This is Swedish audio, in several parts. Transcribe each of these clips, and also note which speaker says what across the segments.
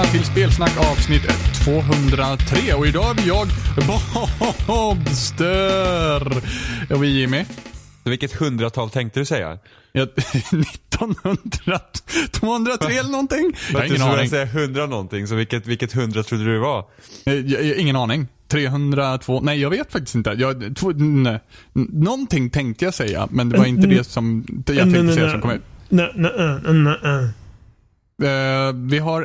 Speaker 1: till Spelsnack avsnitt 203 och idag är vi jag, Bobster. Och vi Jimmy.
Speaker 2: Vilket hundratal tänkte du säga?
Speaker 1: 1900, 203 eller någonting. Jag har ingen
Speaker 2: aning.
Speaker 1: aning.
Speaker 2: Säga 100 någonting, så vilket 100 trodde du det var?
Speaker 1: Ingen aning. 302, nej jag vet faktiskt inte. Någonting tänkte jag säga, men det var inte det som jag tänkte säga som kom ut. Vi har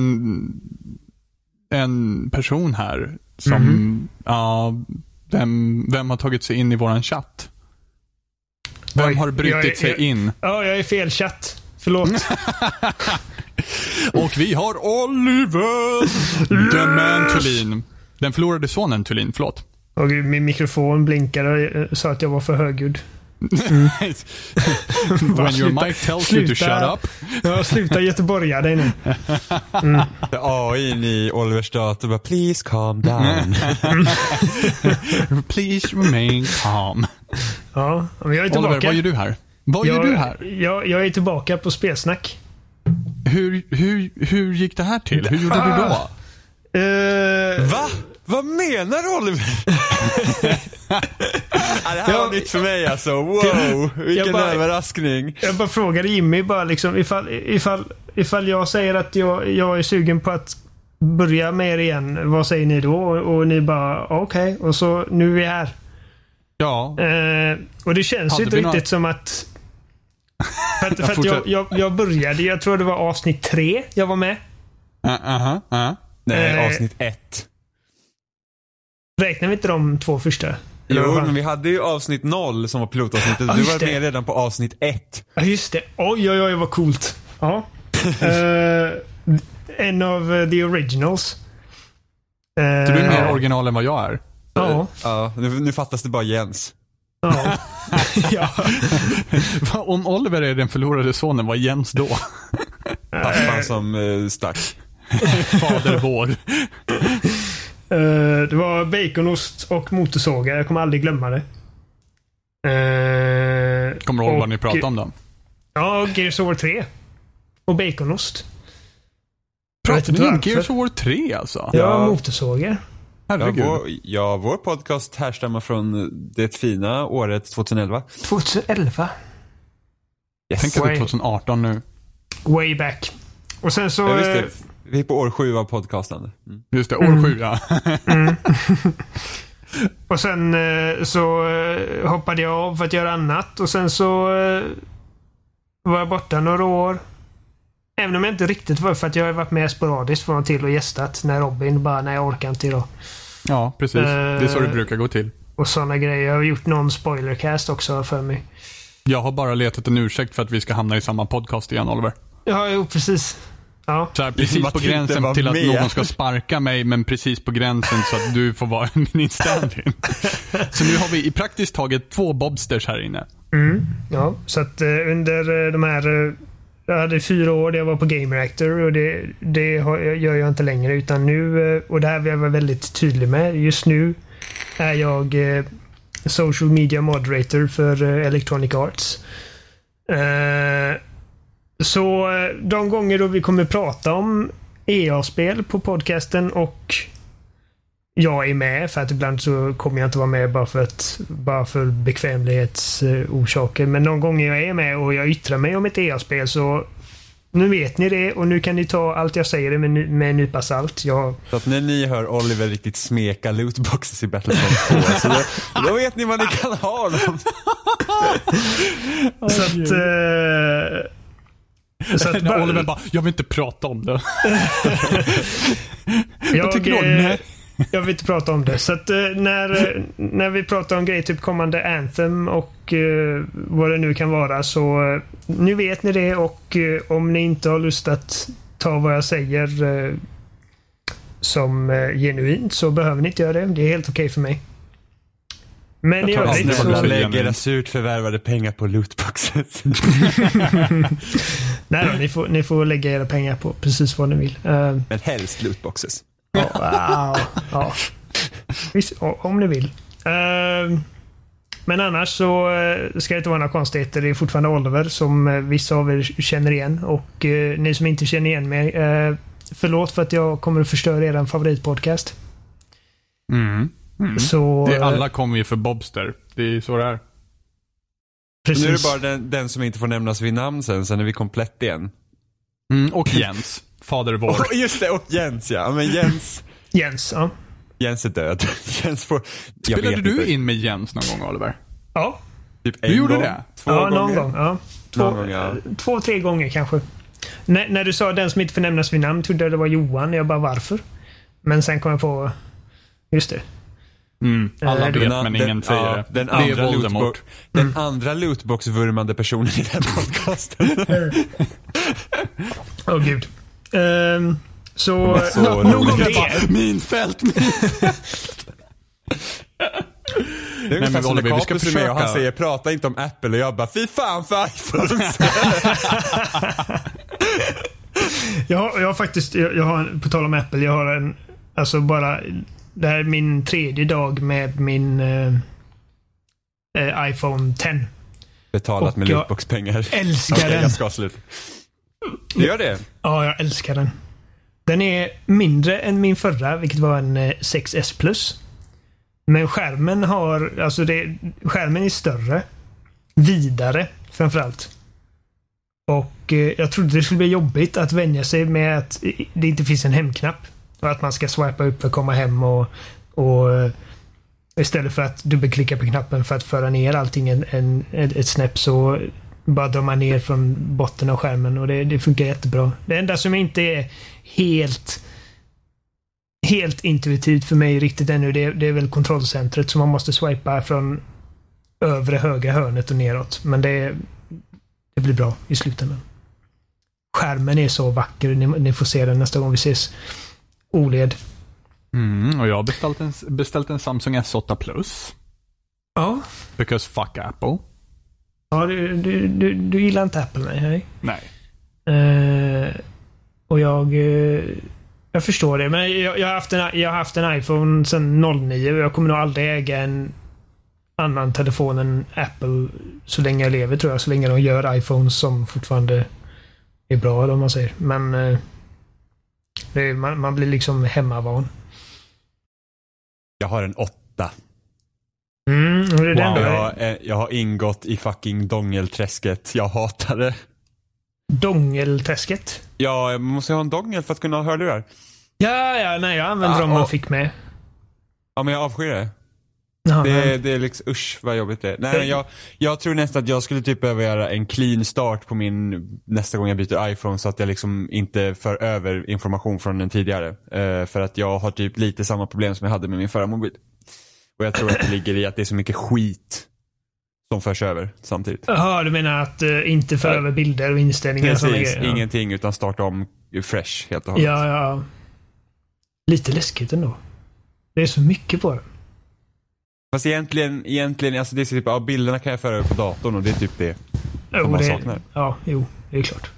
Speaker 1: en person här som vem har tagit sig in i våran chatt? Vem har brutit sig in?
Speaker 3: Ja, jag är fel chatt. Förlåt.
Speaker 1: Och vi har Oliver The Man Thulin. Den förlorade sonen Thulin, förlåt.
Speaker 3: Och min mikrofon blinkade och sa att jag var för högljudd.
Speaker 1: When your mic tells you to shut up.
Speaker 3: Ja, sluta göteborga dig nu.
Speaker 2: AI i Olivers dator bara, please calm down.
Speaker 1: Please remain calm.
Speaker 3: Ja, men jag är tillbaka.
Speaker 1: Oliver, vad gör du här? Gör du här?
Speaker 3: Jag är tillbaka på Spelsnack.
Speaker 1: Hur gick det här till? Hur gjorde du då?
Speaker 2: Va? Vad menar du, Oliver? Det här var nytt för mig alltså. Wow, vilken överraskning.
Speaker 3: Jag bara frågade Jimmy liksom, ifall jag säger att jag är sugen på att börja med er igen, vad säger ni då? Och ni bara okej. Och så nu är vi här.
Speaker 1: Ja.
Speaker 3: Och det känns ju inte riktigt som att för att jag började, jag tror det var avsnitt 3 jag var med.
Speaker 2: Nej, avsnitt 1.
Speaker 3: Räknar vi inte de 2 första?
Speaker 2: Jo, men vi hade ju avsnitt 0 som var pilotavsnittet. Du var med redan på avsnitt 1.
Speaker 3: Ja, just det. Oj, vad coolt. Ja. En av the originals.
Speaker 1: Du är mer original än vad jag är.
Speaker 3: Ja.
Speaker 2: Nu fattas det bara Jens.
Speaker 3: Ja. Ja.
Speaker 1: Om Oliver är den förlorade sonen, var Jens då?
Speaker 2: Pappan som stack.
Speaker 1: Fader vår.
Speaker 3: Det var baconost och motorsågar. Jag kommer aldrig glömma det.
Speaker 1: Kommer du ihåg vad ni pratade om då?
Speaker 3: Ja, Gears of War 3. Och baconost.
Speaker 1: Pratade ni om Gears of War 3 alltså?
Speaker 3: Ja, motorsågar.
Speaker 1: Herregud.
Speaker 2: Vår podcast härstammar från det fina året 2011.
Speaker 3: 2011?
Speaker 2: Yes.
Speaker 1: Tänk att det är 2018 nu.
Speaker 3: Way back. Och sen så...
Speaker 2: Ja, visst det. Vi är på år 7 av podcasten.
Speaker 1: Just det, år 7, ja.
Speaker 3: Och sen så hoppade jag av för att göra annat. Och sen så var jag borta några år. Även om jag inte riktigt var, för att jag har varit med sporadiskt från och till och gästat. När Robin bara, nej jag orkar inte idag.
Speaker 1: Ja, precis. Det är så det brukar gå till.
Speaker 3: Och sådana grejer. Jag har gjort någon spoilercast också för mig.
Speaker 1: Jag har bara letat en ursäkt för att vi ska hamna i samma podcast igen, Oliver.
Speaker 3: Ja, jo, precis. Ja.
Speaker 1: Så här, precis på gränsen till att någon ska sparka mig, men precis på gränsen så att du får vara min stand-in. Så nu har vi i praktiskt taget 2 Bobsters här inne.
Speaker 3: Ja, så att under de här... Jag hade 4 år där jag var på Game Reactor och det gör jag inte längre, utan nu, och det här vill jag vara väldigt tydlig med, just nu är jag social media moderator för Electronic Arts. Så de gånger då vi kommer prata om EA-spel på podcasten och jag är med, för att ibland så kommer jag inte vara med bara för bekvämlighetsorsaker, men någon gång jag är med och jag yttrar mig om ett EA-spel, så nu vet ni det och nu kan ni ta allt jag säger med en nypa salt. Så
Speaker 2: att när ni hör Oliver riktigt smeka lootboxes i Battlefront 2 så då vet ni vad ni kan ha dem.
Speaker 3: Så att
Speaker 1: Oliver bara, jag vill inte prata om det.
Speaker 3: Jag vill inte prata om det. Så att när vi pratar om grejer typ kommande Anthem och vad det nu kan vara, så nu vet ni det, och om ni inte har lust att ta vad jag säger som genuint, så behöver ni inte göra det. Det är helt okej för mig. Men i övrigt så
Speaker 2: lägger era surt förvärvade pengar på lootboxes.
Speaker 3: Nej då, ni får lägga era pengar på precis vad ni vill.
Speaker 2: Men helst lootboxes.
Speaker 3: Wow. Ja. Visst, om ni vill. Men annars så ska det inte vara några konstigheter. Det är fortfarande Oliver som vissa av er känner igen. Och ni som inte känner igen mig, förlåt för att jag kommer att förstöra er favoritpodcast. Så,
Speaker 1: alla kommer ju för Bobster. Det är så det är.
Speaker 2: Precis. Nu är det bara den som inte får nämnas vid namn sen är vi komplett igen.
Speaker 1: Och Jens, fader vår.
Speaker 2: Just det, och Jens, ja. Men Jens,
Speaker 3: ja.
Speaker 2: Jens är död.
Speaker 1: Spelade du in med Jens någon gång, Oliver?
Speaker 3: Ja.
Speaker 2: Typ
Speaker 1: du gjorde gång, det?
Speaker 2: 2 gånger?
Speaker 3: Någon gång, ja. 2-3 gånger kanske. När du sa den som inte får nämnas vid namn trodde jag det var Johan. Jag bara, varför? Men sen kom jag på, just det.
Speaker 1: Alla vet men ingen säger det. Det är Voldemort.
Speaker 2: Den andra lootbox-vurmande personen i den podcasten.
Speaker 3: Åh gud. Så nog om det.
Speaker 1: Min fält.
Speaker 2: Det är ungefär som när Kapus är med och han säger prata inte om Apple och jag bara fy fan för iPhones.
Speaker 3: jag har faktiskt, jag har på tal om Apple, jag har en, alltså bara, det här är min 3:e dag med min iPhone 10.
Speaker 2: Betalat med lootbox-pengar.
Speaker 3: Älskar den.
Speaker 2: Jag ska sluta. Det gör det?
Speaker 3: Ja, jag älskar den. Den är mindre än min förra, vilket var en 6S Plus. Men skärmen skärmen är större. Vidare, framförallt. Och jag trodde det skulle bli jobbigt att vänja sig med att det inte finns en hemknapp. Och att man ska swipa upp för att komma hem och istället för att dubbelklicka på knappen för att föra ner allting ett snäpp så bara drar man ner från botten av skärmen och det funkar jättebra. Det enda som inte är helt intuitivt för mig riktigt ännu det är väl kontrollcentret som man måste swipa från övre högra hörnet och neråt. Men det blir bra i slutändan. Skärmen är så vacker. Ni får se den nästa gång vi ses. OLED.
Speaker 1: Och jag har beställt en Samsung S8 Plus.
Speaker 3: Ja.
Speaker 1: Because fuck Apple.
Speaker 3: Ja, du gillar inte Apple, nej. Och jag förstår det. Men jag har haft en iPhone sedan 09 och jag kommer nog aldrig äga en annan telefon än Apple så länge jag lever, tror jag. Så länge de gör iPhones som fortfarande är bra, om man säger. Men man blir liksom hemmavan.
Speaker 2: Jag har en 8.
Speaker 3: Det är
Speaker 2: wow. Jag har ingått i fucking dongelträsket. Jag hatar det.
Speaker 3: Dongelträsket?
Speaker 2: Ja, jag måste ha en dongel för att kunna höra det där.
Speaker 3: Nej, jag använder dem man fick med.
Speaker 2: Ja, men jag avskyr det.
Speaker 3: Ja,
Speaker 2: det är liksom, usch vad jobbigt det är. Nej, men jag tror nästan att jag skulle typ behöva göra en clean start på min nästa gång jag byter iPhone så att jag liksom inte för över information från den tidigare. För att jag har typ lite samma problem som jag hade med min förra mobil. Och jag tror att det ligger i att det är så mycket skit som förs över samtidigt.
Speaker 3: Jaha, du menar att inte för över bilder och inställningar?
Speaker 2: Precis, ingenting utan starta om fresh helt och hållet.
Speaker 3: Ja. Lite läskigt ändå. Det är så mycket på det.
Speaker 2: Fast egentligen alltså det är typ, bilderna kan jag föra över på datorn och det är typ det som man saknar.
Speaker 3: Ja, det är klart.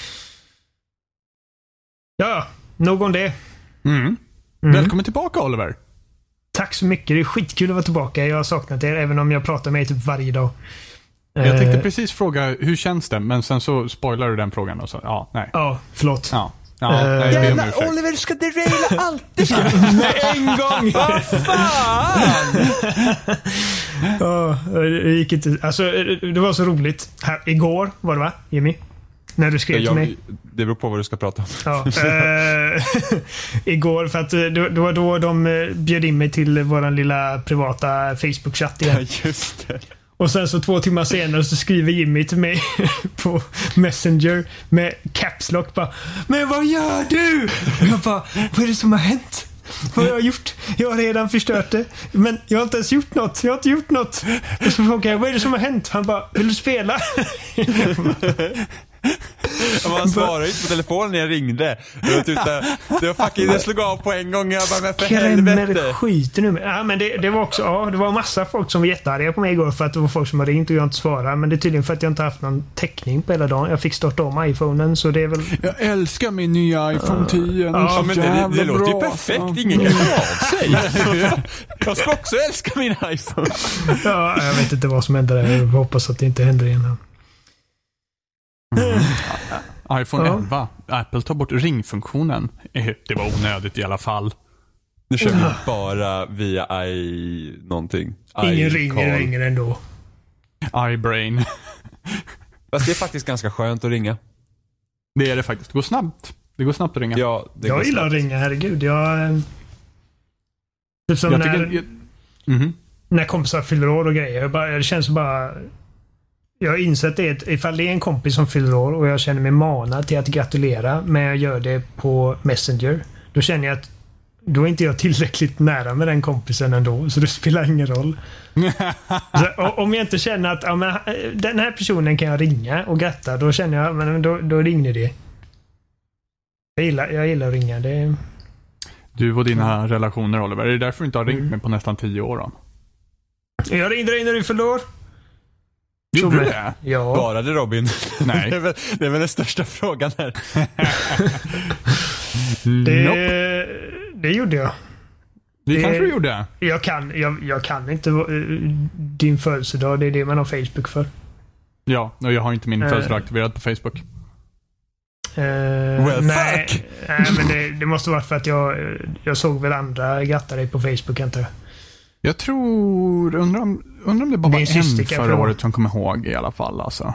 Speaker 3: Ja, nog om det.
Speaker 1: Välkommen tillbaka, Oliver.
Speaker 3: Tack så mycket. Det är skitkul att vara tillbaka. Jag har saknat er, även om jag pratar med er typ varje dag.
Speaker 1: Jag tänkte precis fråga, hur känns det? Men sen så spoilar du den frågan och så, nej.
Speaker 3: Ja, förlåt.
Speaker 1: Ja, jävla
Speaker 2: Oliver ska deraila alltid.
Speaker 3: Med en gång.
Speaker 2: Vad fan?
Speaker 3: Det gick inte. Alltså, det var så roligt. Igår var det, va, Jimmy? När du skrev till mig.
Speaker 2: Det beror på vad du ska prata om.
Speaker 3: Ja, igår, för att det var då de bjöd in mig till våran lilla privata Facebook-chatt igen.
Speaker 2: Ja, just det.
Speaker 3: Och sen så 2 timmar senare så skriver Jimmy till mig på Messenger med caps lock bara, men vad gör du? Och jag bara, vad är det som har hänt? Vad har jag gjort? Jag har redan förstört det. Men jag har inte ens gjort något. Jag har inte gjort något. Och så frågar jag, vad är det som har hänt? Han bara, vill du spela?
Speaker 2: Han svarade inte på telefonen när jag ringde. Jag slog av på en gång. Jag bara, men för helvete.
Speaker 3: Skiten nu. Ja, men det var också, det var massa folk som var jättearga på mig igår för att det var folk som har ringt och jag inte svarade. Men det är tydligen för att jag inte haft någon täckning på hela dagen. Jag fick starta om iPhonen, så det är väl...
Speaker 1: Jag älskar min nya iPhone 10.
Speaker 2: Ja, men det låter ju perfekt. Ingen kan gå av sig. Jag ska också älska min iPhone.
Speaker 3: Ja, jag vet inte vad som händer där. Jag hoppas att det inte händer igen.
Speaker 1: iPhone 11. Apple tar bort ringfunktionen. Det var onödigt i alla fall.
Speaker 2: Nu kör vi bara via någonting.
Speaker 3: Ingen ringer ändå.
Speaker 1: iBrain.
Speaker 2: Fast det är faktiskt ganska skönt att ringa.
Speaker 1: Det är det faktiskt. Det går snabbt. Det går snabbt att ringa.
Speaker 2: Ja,
Speaker 3: jag gillar att ringa, herregud. Typ som när kompisar fyller år och grejer. Det känns bara... Jag har insett det, ifall det är en kompis som fyller år och jag känner mig manad till att gratulera, men jag gör det på Messenger. Då känner jag att då är inte jag tillräckligt nära med den kompisen ändå, så det spelar ingen roll. Så, om jag inte känner att den här personen kan jag ringa och gratta, då känner jag men då ringer det. Jag gillar att ringa.
Speaker 1: Du och dina relationer, Oliver. Är det därför du inte har ringt mig på nästan 10 år då?
Speaker 3: Jag ringde dig när du fyllde år.
Speaker 1: Gjorde du det?
Speaker 3: Ja.
Speaker 2: Bara det, Robin?
Speaker 1: Nej.
Speaker 2: det är väl den största frågan här.
Speaker 3: Det gjorde jag.
Speaker 1: Det kanske du gjorde.
Speaker 3: Jag kan inte din födelsedag. Det är det man har Facebook för.
Speaker 1: Ja, och jag har inte min födelsedag aktiverad på Facebook.
Speaker 3: Nej, men det måste vara för att jag såg väl andra gratta dig på Facebook, inte?
Speaker 1: Jag tror... Undrar om det bara var en förra året som kom ihåg i alla fall, alltså.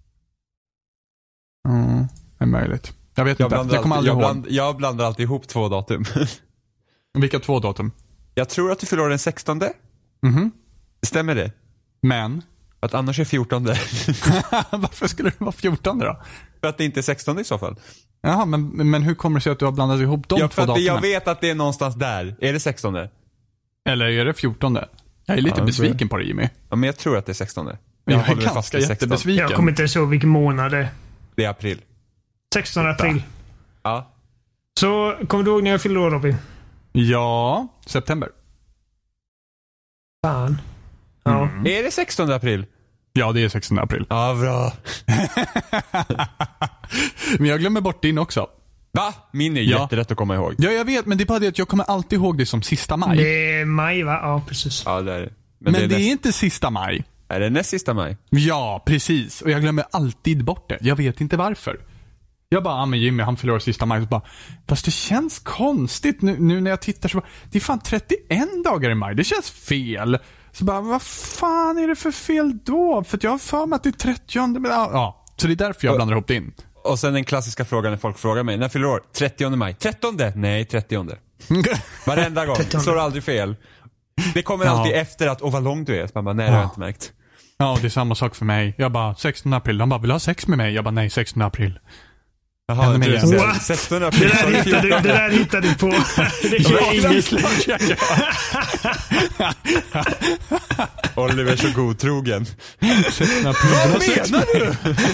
Speaker 1: Det är möjligt. Jag vet inte. Jag kommer aldrig ihåg.
Speaker 2: Jag blandar alltid ihop 2 datum.
Speaker 1: Vilka 2 datum?
Speaker 2: Jag tror att du förlorar den 16. Stämmer det?
Speaker 1: Men?
Speaker 2: Att annars är 14.
Speaker 1: Varför skulle det vara 14 då?
Speaker 2: För att det inte är 16 i så fall.
Speaker 1: Jaha, men hur kommer det sig att du har blandat ihop de 2 datumen?
Speaker 2: Jag vet att det är någonstans där. Är det 16?
Speaker 1: Eller är det 14? Jag är lite besviken på det, Jimmy.
Speaker 2: Ja, men jag tror att det är 16.
Speaker 1: Jag är ganska jättebesviken.
Speaker 3: Jag kommer inte ihåg vilken månad det är.
Speaker 2: Det är april.
Speaker 3: 16 april.
Speaker 2: Ja.
Speaker 3: Så, kommer du ihåg när jag fyllde år, Robin?
Speaker 1: Ja, september.
Speaker 3: Fan. Ja.
Speaker 2: Är det 16 april?
Speaker 1: Ja, det är 16 april.
Speaker 2: Ja, bra.
Speaker 1: Men jag glömmer bort din också.
Speaker 2: Va? Min är jätterätt att komma ihåg.
Speaker 1: Ja, jag vet, men det är bara det att jag kommer alltid ihåg det som sista maj.
Speaker 3: Det är maj, va? Ja, precis.
Speaker 2: Ja, det är det.
Speaker 1: Men det är inte sista maj.
Speaker 2: Är det näst sista maj?
Speaker 1: Ja, precis. Och jag glömmer alltid bort det. Jag vet inte varför. Jag bara, men Jimmy, han förlorar sista maj. Så bara, fast det känns konstigt nu när jag tittar så bara, det är fan 31 dagar i maj. Det känns fel. Så bara, vad fan är det för fel då? För att jag har för mig att det är 30. Men, ja, så det är därför jag blandar ihop det in.
Speaker 2: Och sen den klassiska frågan när folk frågar mig, när fyller år? 30 maj. 13? Nej, 30. Varenda gång. Så är det aldrig fel. Det kommer alltid efter att, vad lång du är. Så man bara, nej, det har jag inte märkt.
Speaker 1: Ja, det är samma sak för mig. Jag bara, 16 april. Han bara, vill du ha sex med mig? Jag bara, nej, 16 april.
Speaker 2: Jaha, 16 april.
Speaker 3: Det där hittade du på. Det är inget
Speaker 2: klart. Oliver är så godtrogen.
Speaker 1: 16 april.
Speaker 2: Vad menar du?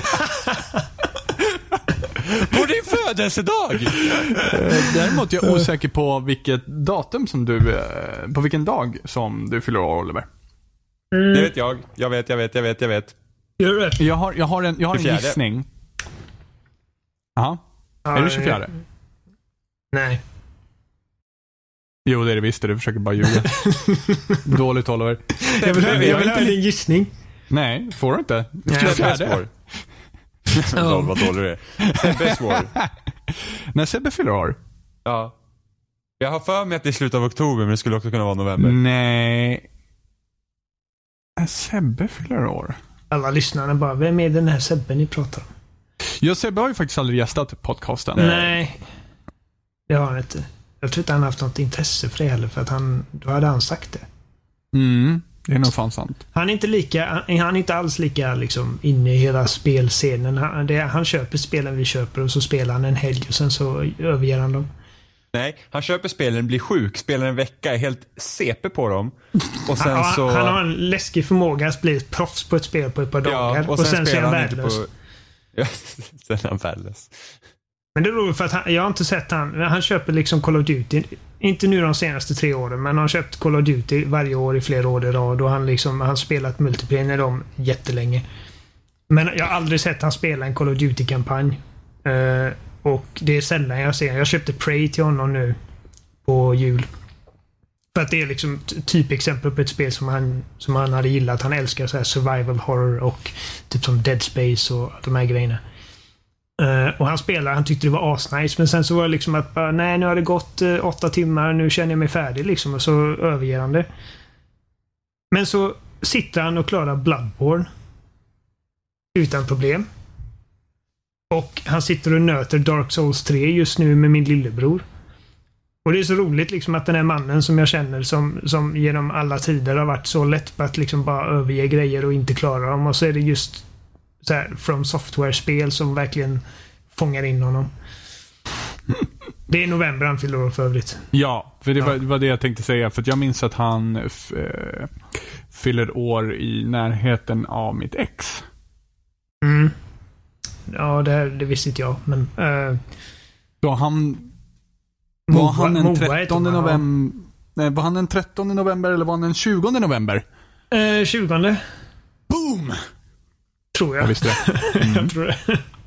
Speaker 2: På din födelsedag?
Speaker 1: Däremot är jag osäker på vilket datum som du... På vilken dag som du fyller år, Oliver.
Speaker 2: Det vet jag. Jag vet.
Speaker 3: Gör du det?
Speaker 1: Jag har en gissning. Jaha. Är det 24?
Speaker 3: Nej.
Speaker 1: Jo, det är det visst. Du försöker bara ljuga. Dåligt, Oliver.
Speaker 3: Jag vill höra din gissning.
Speaker 1: Nej, får du inte.
Speaker 2: Sebbes vår. Vad dålig det är. Sebbes vår.
Speaker 1: När Sebbe fyller år?
Speaker 2: Ja. Jag har för mig att det är slutet av oktober, men det skulle också kunna vara november.
Speaker 1: Nej. Sebbe fyller år.
Speaker 3: Alla lyssnarna bara, vem är den här Sebbe ni pratar om?
Speaker 1: Ja, Sebbe har ju faktiskt aldrig gästat podcasten.
Speaker 3: Nej. Det har han inte. Jag tror inte han har haft något intresse för det heller, för att då hade han sagt det.
Speaker 1: Det är nog fan sant.
Speaker 3: Han är inte alls lika liksom inne i hela spelscenen. Han köper spelen vi köper och så spelar han en helg och sen så överger han dem.
Speaker 2: Nej, han köper spelen, blir sjuk, spelar en vecka, är helt CP på dem. Och sen
Speaker 3: han har en läskig förmåga att bli ett proffs på ett spel på ett par dagar. Och sen så är han värdelös.
Speaker 2: Ja, sen är han värdelös.
Speaker 3: Men det är roligt för att jag har inte sett han köper liksom Call of Duty. Inte nu de senaste 3 åren, men han har köpt Call of Duty varje år i flera år i rad. Och han spelat multiplayer med dem jättelänge. Men jag har aldrig sett han spela en Call of Duty-kampanj. Och det är sällan jag ser. Jag köpte Prey till honom nu på jul. För att det är liksom typexempel på ett spel som han hade gillat. Han älskar så här survival horror och typ som Dead Space och de här grejerna. Och han spelade, han tyckte det var asnice. Men sen så var det liksom att nej, nu har det gått 8 timmar, nu känner jag mig färdig liksom. Och så överger han det. Men så sitter han och klarar Bloodborne utan problem. Och han sitter och nöter Dark Souls 3 just nu med min lillebror. Och det är så roligt liksom att den här mannen som jag känner som genom alla tider har varit så lätt på att liksom bara överge grejer och inte klara dem. Och så är det just så här From Software-spel som verkligen fångar in honom. Det är november han fyller år för övrigt.
Speaker 1: Ja, för det var det jag tänkte säga. För att jag minns att han fyller år i närheten av mitt ex.
Speaker 3: Mm. Ja, det visste inte jag. Men,
Speaker 1: så han... Var han den 13 november? Nej, var han den 13 november eller var han den 20 november?
Speaker 3: 20.
Speaker 1: Boom!
Speaker 3: Tror jag.
Speaker 1: Jag visste det. Mm.
Speaker 3: Jag tror det.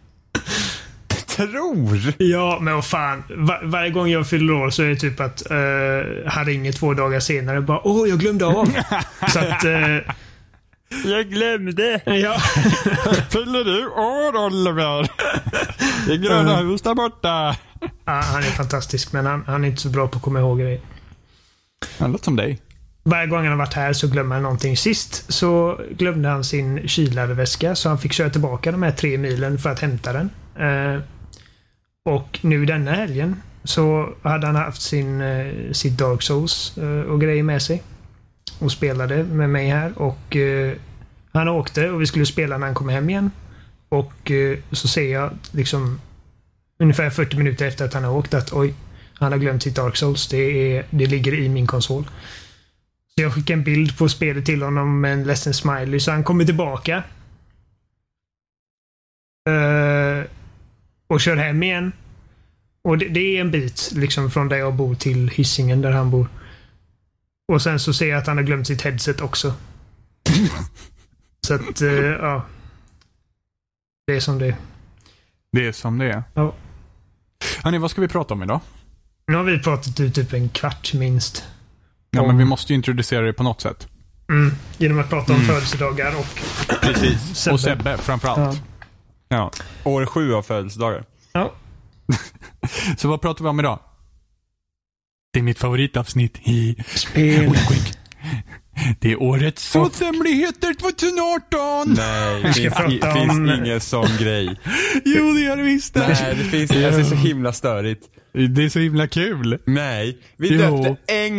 Speaker 2: Tror?
Speaker 3: Ja, men vad fan. Varje gång jag fyller år så är det typ att han ringer 2 dagar senare bara jag glömde av. Så att...
Speaker 2: jag glömde.
Speaker 3: Ja.
Speaker 1: Fyller du år, Oliver? Det gröna hus där borta.
Speaker 3: Ja, han är fantastisk, men han är inte så bra på att komma ihåg grejer.
Speaker 1: Han låter som dig.
Speaker 3: Varje gång han har varit här så glömmer han någonting. Sist så glömde han sin kylarväska, så han fick köra tillbaka de här 3 milen för att hämta den. Och nu denna helgen så hade han haft sitt Dark Souls och grejer med sig. Och spelade med mig här. Och han åkte och vi skulle spela när han kom hem igen. Och så ser jag liksom ungefär 40 minuter efter att han har åkt att han har glömt sitt Dark Souls. Det ligger i min konsol. Så jag skickar en bild på spelet till honom med en ledsen smiley. Så han kommer tillbaka. Och kör hem igen. Och det är en bit liksom från där jag bor till Hisingen där han bor. Och sen så ser jag att han har glömt sitt headset också. Så att, ja. Det är som det är.
Speaker 1: Det är som det är.
Speaker 3: Ja.
Speaker 1: Hörrni, vad ska vi prata om idag?
Speaker 3: Nu har vi pratat ut typ en kvart minst.
Speaker 1: Ja, men vi måste ju introducera det på något sätt.
Speaker 3: Genom att prata om födelsedagar och...
Speaker 1: Precis.
Speaker 3: Sebbe.
Speaker 1: Och Sebbe framförallt. Ja.
Speaker 2: År 7 av födelsedagar.
Speaker 3: Ja.
Speaker 1: Så vad pratar vi om idag? Det är mitt favoritavsnitt i
Speaker 3: Spel.
Speaker 1: Det är årets såshemligheter 2018.
Speaker 2: Nej, det finns ingen sån grej.
Speaker 1: Jo, det är det visst.
Speaker 2: Nej, det finns inte. Det är så himla störigt.
Speaker 1: Det är så himla kul.
Speaker 2: Nej, vi döpte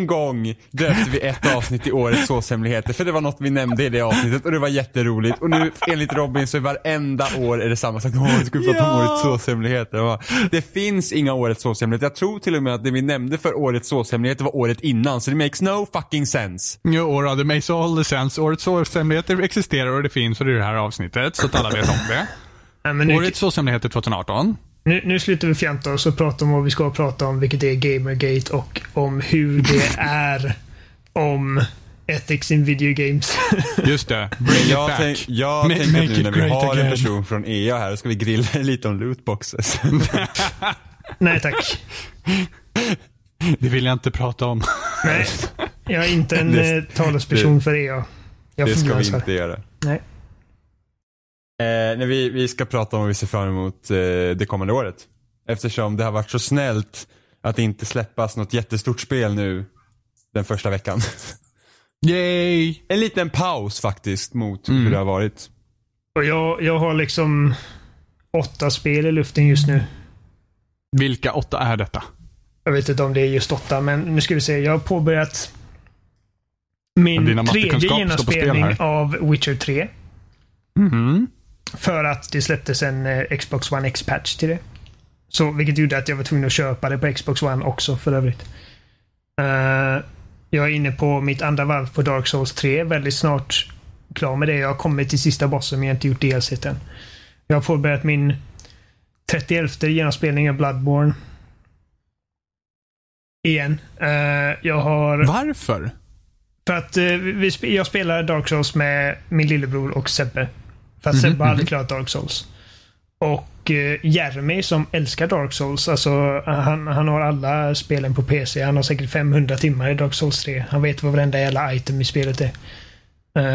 Speaker 2: ett avsnitt i årets såshemligheter. För det var något vi nämnde i det avsnittet och det var jätteroligt. Och nu enligt Robin så är varenda år är det samma sak. Vi skulle prata om årets såshemligheter. Det finns inga årets såshemligheter. Jag tror till och med att det vi nämnde för årets såshemligheter var året innan. Så det makes no fucking sense.
Speaker 1: Jo, det makes all the sense. Årets såshemligheter existerar och det finns och det är det här avsnittet. Så att alla vet om det. Årets såshemligheter 2018.
Speaker 3: Nu slutar vi fjanta oss och prata om vad vi ska prata om, vilket är Gamergate och om hur det är om ethics in video games.
Speaker 1: Just det. Bring it back.
Speaker 2: Jag tänker att nu när vi har en person från EA här ska vi grilla lite om lootboxes.
Speaker 3: Nej, tack.
Speaker 1: Det vill jag inte prata om.
Speaker 3: Nej, jag är inte en talesperson för EA.
Speaker 2: Det ska vi inte göra.
Speaker 3: Nej.
Speaker 2: När vi ska prata om vad vi ser fram emot det kommande året. Eftersom det har varit så snällt att inte släppas något jättestort spel nu den första veckan.
Speaker 1: Yay!
Speaker 2: En liten paus faktiskt mot hur det har varit.
Speaker 3: Och jag har liksom 8 spel i luften just nu.
Speaker 1: Vilka 8 är detta?
Speaker 3: Jag vet inte om det är just 8, men nu ska vi se. Jag har påbörjat min 3:e genomspelning av Witcher 3. För att det släpptes en Xbox One X-patch till det. Så, vilket gjorde att jag var tvungen att köpa det på Xbox One också för övrigt. Jag är inne på mitt andra varv på Dark Souls 3. Väldigt snart klar med det. Jag har kommit till sista bossen men jag har inte gjort DLC än. Jag har påbörjat min 31:e genomspelning av Bloodborne. Igen. Jag har...
Speaker 1: Varför?
Speaker 3: För att jag spelar Dark Souls med min lillebror och Sebbe. För att Sebbe har aldrig klarat Dark Souls. Och Jeremy som älskar Dark Souls, alltså han har alla spelen på PC. Han har säkert 500 timmar i Dark Souls 3. Han vet vad varenda jävla item i spelet är.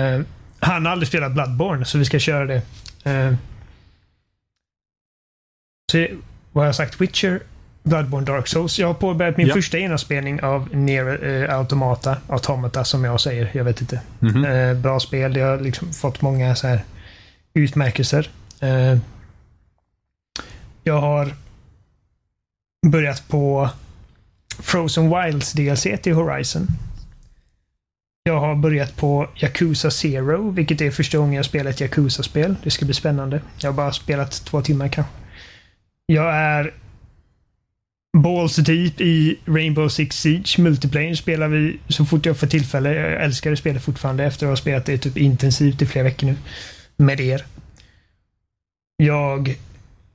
Speaker 3: Han har aldrig spelat Bloodborne, så vi ska köra det. Så vad har jag sagt? Witcher, Bloodborne, Dark Souls. Jag har påbörjat min första genomspelning av Nier Automata som jag säger. Jag vet inte. Bra spel. Det har liksom fått många så här utmärkelser. Jag har börjat på Frozen Wilds DLC till Horizon. Jag har börjat på Yakuza Zero, vilket är första gången jag spelar ett Yakuza-spel. Det ska bli spännande. Jag har bara spelat 2 timmar kanske. Jag är balls deep i Rainbow Six Siege. Multiplayer spelar vi så fort jag får tillfälle. Jag älskar det spelet fortfarande efter att ha spelat det typ intensivt i flera veckor nu. Med er. Jag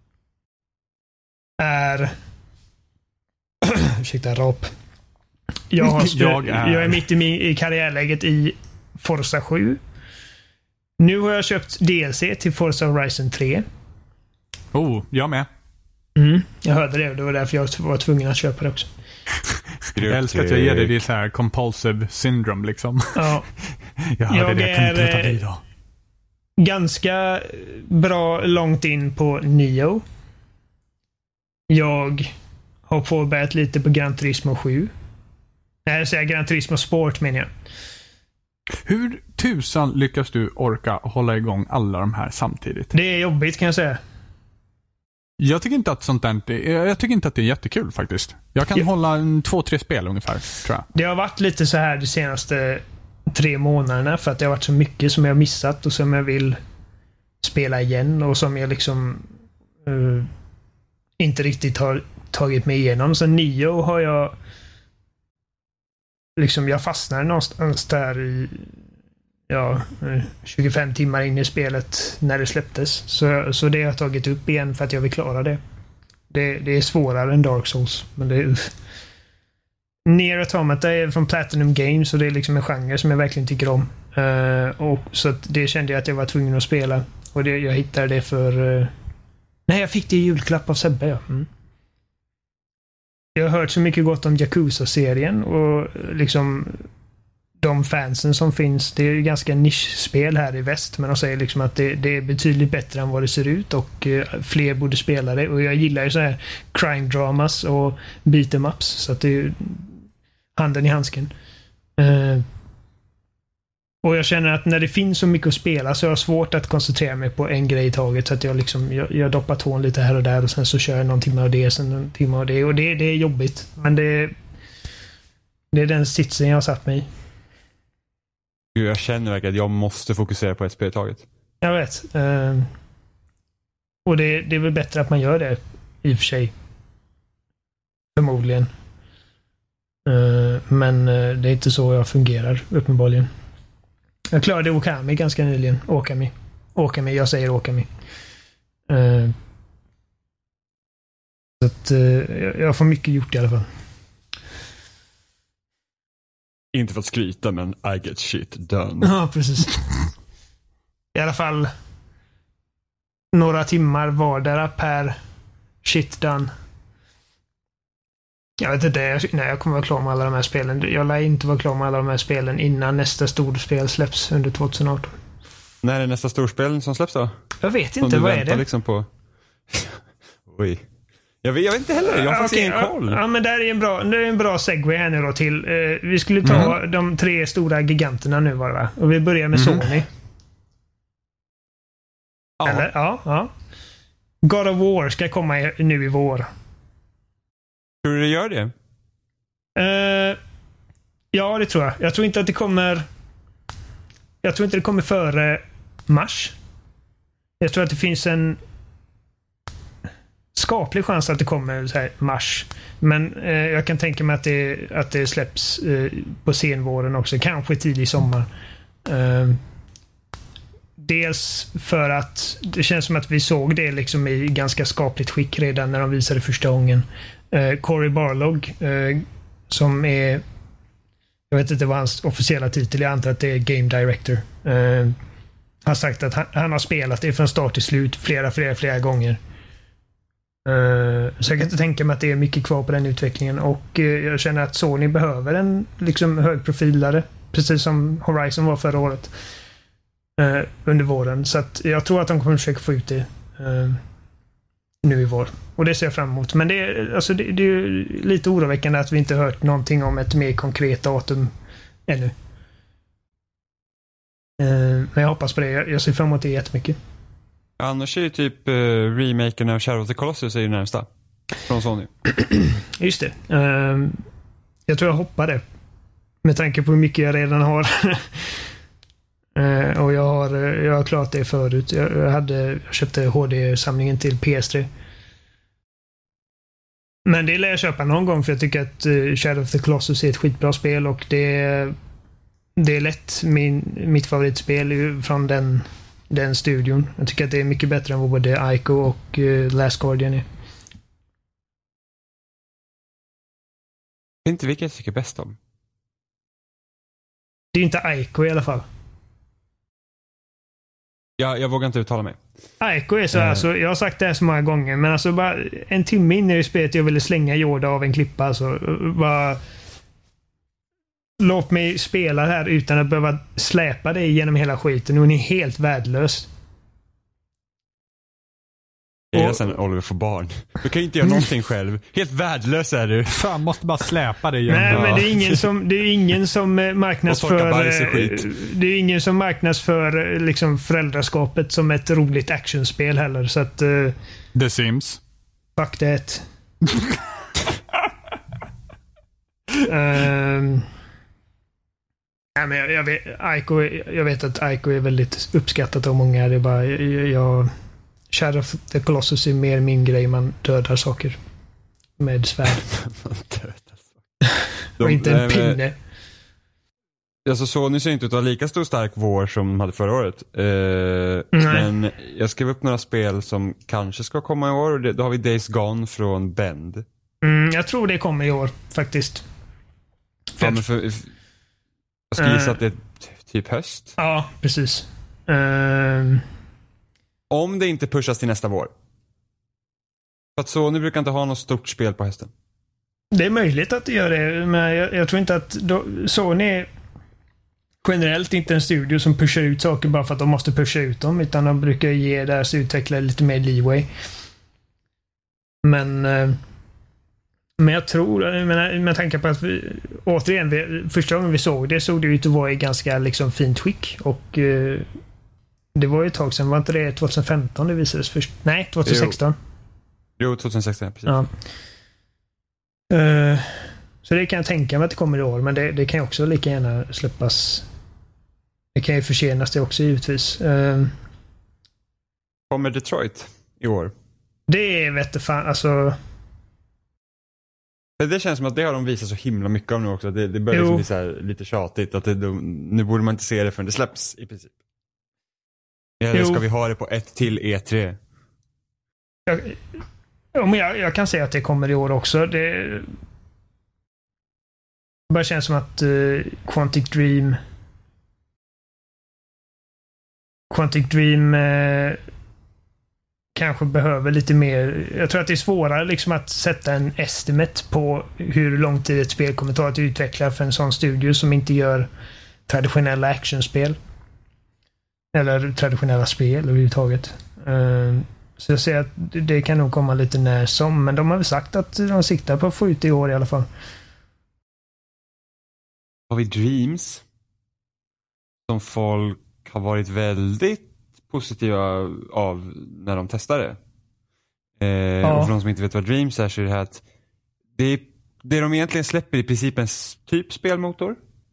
Speaker 3: är ursäkta rap. Jag är mitt i karriärläget i Forza 7. Nu har jag köpt DLC till Forza Horizon 3.
Speaker 1: Jag med.
Speaker 3: Jag hörde det. Det var därför jag var tvungen att köpa det också.
Speaker 1: Jag älskar att jag ger dig det så här compulsive syndrome liksom.
Speaker 3: Ja.
Speaker 1: Jag kunde inte låta bli då.
Speaker 3: Ganska bra långt in på Neo. Jag har påbörjat lite på Gran Turismo 7. Nej, jag säger Gran Turismo Sport menar jag.
Speaker 1: Hur tusan lyckas du orka hålla igång alla de här samtidigt?
Speaker 3: Det är jobbigt kan jag säga.
Speaker 1: Jag tycker inte att jag tycker inte att det är jättekul faktiskt. Jag kan hålla 2-3 spel ungefär, tror jag. Det
Speaker 3: har varit lite så här de senaste 3 månaderna för att det har varit så mycket som jag har missat och som jag vill spela igen och som jag liksom inte riktigt har tagit mig igenom. Så Neo har jag liksom, jag fastnade någonstans där i 25 timmar in i spelet när det släpptes. Så det har jag tagit upp igen för att jag vill klara det. Det är svårare än Dark Souls. Men det är Nier Automata är från Platinum Games och det är liksom en genre som jag verkligen tycker om. Och så att det kände jag att jag var tvungen att spela. Och jag hittade det för... Nej, jag fick det i julklapp av Sebbe. Ja. Jag har hört så mycket gott om Yakuza-serien och liksom de fansen som finns. Det är ju ganska nischspel här i väst, men de säger liksom att det är betydligt bättre än vad det ser ut och fler borde spela det. Och jag gillar ju så här crime dramas och beat 'em ups, så att det är ju handen i handsken. Och jag känner att när det finns så mycket att spela så är det svårt att koncentrera mig på en grej i taget, så att jag doppar tån lite här och där och sen så kör jag någon timme av det, sen någon timme av det, och det är jobbigt, men det är den sitsen jag har satt mig i.
Speaker 2: Jag känner verkligen att jag måste fokusera på ett spel i taget.
Speaker 3: Jag vet. Och det är väl bättre att man gör det i och för sig. Förmodligen. Men det är inte så jag fungerar uppenbarligen. Jag klarade Okami ganska nyligen. Okami, jag säger Okami. Så att jag får mycket gjort i alla fall.
Speaker 2: Inte för att skryta, men I get shit done.
Speaker 3: Ja, precis. I alla fall några timmar vardera per shit done. Jag vet inte, jag kommer vara klar med alla de här spelen. Jag lär inte vara klar med alla de här spelen innan nästa storspel släpps under 2018.
Speaker 2: När är nästa storspel som släpps då?
Speaker 3: Jag vet inte, vad är det?
Speaker 2: Liksom på... Oj. Jag vet inte heller, jag har faktiskt ingen koll.
Speaker 3: Ja, men det är en bra segway här nu då till... vi skulle ta de 3 stora giganterna nu var det, va? Och vi börjar med Sony.
Speaker 2: Ja.
Speaker 3: Eller? Ja. God of War ska komma nu i vår.
Speaker 2: Tror du det gör det?
Speaker 3: Ja, det tror jag. Jag tror inte att det kommer... Jag tror inte det kommer före mars. Jag tror att det finns en skaplig chans att det kommer så här mars. Men jag kan tänka mig att det släpps på senvåren också. Kanske tidig sommar. Dels för att det känns som att vi såg det liksom i ganska skapligt skick redan när de visade första gången. Cory Barlog som är, jag vet inte vad hans officiella titel, jag antar att det är Game Director, har sagt att han har spelat det från start till slut flera gånger. Så jag kan inte tänka mig att det är mycket kvar på den utvecklingen, och jag känner att Sony behöver en liksom högprofilare, precis som Horizon var förra året under våren, så att jag tror att de kommer försöka få ut det. nu i vår. Och det ser jag fram emot. Men det är ju lite oroväckande att vi inte hört någonting om ett mer konkret datum ännu. Men jag hoppas på det. Jag ser fram emot det jättemycket.
Speaker 2: Annars är ju typ remaken av Shadow of the Colossus är ju närmsta. Från Sony.
Speaker 3: Just det. Jag tror jag hoppar det. Med tanke på hur mycket jag redan har. Och jag har klarat det förut. Jag köpte HD-samlingen till PS3. Men det lär jag köpa någon gång för jag tycker att Shadow of the Colossus är ett skitbra spel och det är lätt mitt favoritspel från den studion. Jag tycker att det är mycket bättre än vad både Ico och Last Guardian är.
Speaker 2: Vet inte vilket jag tycker bäst om.
Speaker 3: Det är inte Ico i alla fall.
Speaker 2: Jag vågar inte uttala mig.
Speaker 3: Ico är så alltså, jag har sagt det här så många gånger, men alltså bara en timme in i spelet jag ville slänga Yoda av en klippa. Alltså, bara låt mig spela här utan att behöva släpa dig genom hela skiten. Och ni är helt värdelös.
Speaker 2: Det är sen Oliver får barn. Du kan ju inte göra någonting själv. Helt värdelös är du.
Speaker 1: Fan, måste bara släpa dig igen.
Speaker 3: Nej, men det är ingen som marknadsför det är ingen som marknadsför liksom föräldraskapet som ett roligt actionspel heller, så att
Speaker 1: The Sims.
Speaker 3: Fuck that. Nej, men jag vet att Ico är väldigt uppskattat av många. Det är bara Shadow of the Colossus är mer min grej. Man dödar saker med svärd. Och inte en pinne.
Speaker 2: Alltså Sony ser inte ut att ha lika stor stark vår som de hade förra året. Men jag skrev upp några spel som kanske ska komma i år. Då har vi Days Gone från Bend.
Speaker 3: Jag tror det kommer i år faktiskt.
Speaker 2: Ja, men jag skulle gissa att det är typ höst.
Speaker 3: Ja, precis.
Speaker 2: Om det inte pushas till nästa vår. För att Sony brukar inte ha något stort spel på hösten.
Speaker 3: Det är möjligt att det gör det, men jag tror inte att Sony är generellt inte en studio som pushar ut saker bara för att de måste pusha ut dem, utan de brukar ge deras utvecklare lite mer leeway. Men jag tror, med tanke på att första gången vi såg det såg det ut att vara i ganska liksom fint skick, och det var ju ett tag sedan, var inte det 2015 det visades först? Nej, 2016.
Speaker 2: Jo, 2016, precis.
Speaker 3: Ja. Så det kan jag tänka mig att det kommer i år, men det kan ju också lika gärna släppas. Det kan ju försenas det också givetvis.
Speaker 2: Kommer Detroit i år?
Speaker 3: Det vet jag fan, alltså.
Speaker 2: Det känns som att det har de visat så himla mycket av nu också. Det börjar liksom bli så här lite tjatigt att nu borde man inte se det förrän det släpps i princip. Eller ska vi ha det på ett till E3?
Speaker 3: Jag kan säga att det kommer i år också. Det bara känns som att Quantic Dream kanske behöver lite mer. Jag tror att det är svårare liksom att sätta en estimate på hur lång tid ett spel kommer ta att utveckla för en sån studio som inte gör traditionella actionspel. Eller traditionella spel överhuvudtaget. Så jag säger att det kan nog komma lite när som, men de har väl sagt att de siktar på att få ut det i år i alla fall.
Speaker 2: Har vi Dreams som folk har varit väldigt positiva av när de testar det. Och för de som inte vet vad Dreams är, så är det här att det de egentligen släpper i princip en typ spelmotor.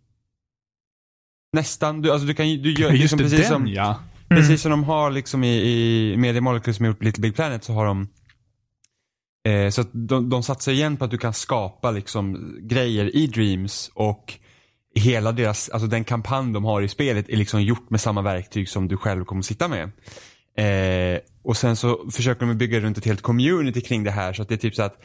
Speaker 2: Nästan, du gör liksom precis som precis som de har liksom i Media Molecule som har gjort Little Big Planet, så har de så att de satsar igen på att du kan skapa liksom grejer i Dreams, och hela deras, alltså den kampanj de har i spelet är liksom gjort med samma verktyg som du själv kommer sitta med. Och sen så försöker de bygga runt ett helt community kring det här, så att det är typ så att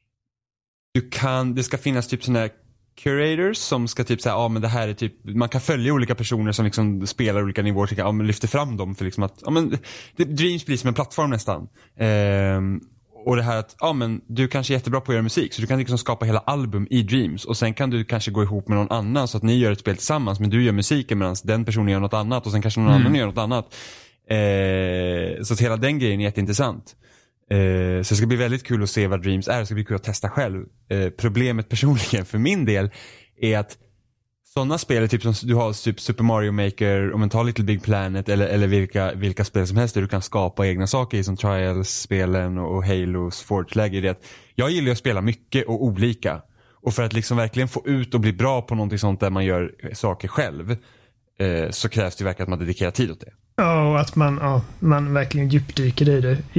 Speaker 2: det ska finnas typ sådana här curators som ska typ säga, men det här är typ, man kan följa olika personer som liksom spelar olika nivåer, och lyfter fram dem för liksom att, Dreams blir som en plattform nästan. Och det här att, men du kanske är jättebra på att göra musik, så du kan liksom skapa hela album i Dreams, och sen kan du kanske gå ihop med någon annan så att ni gör ett spel tillsammans, men du gör musiken medan den personen gör något annat, och sen kanske någon annan gör något annat. Så att hela den grejen är jätteintressant. Så det ska bli väldigt kul att se vad Dreams är. Det ska bli kul att testa själv. Problemet personligen för min del är att sådana spel, typ som du har typ Super Mario Maker, om man tar Little Big Planet eller vilka spel som helst där du kan skapa egna saker i, som Trials-spelen och Halos Forge-läge, är det att jag gillar att spela mycket och olika. Och för att liksom verkligen få ut och bli bra på någonting sånt där man gör saker själv, så krävs det verkligen att man dedikerar tid åt det.
Speaker 3: Ja, och att man verkligen djupdyker i det.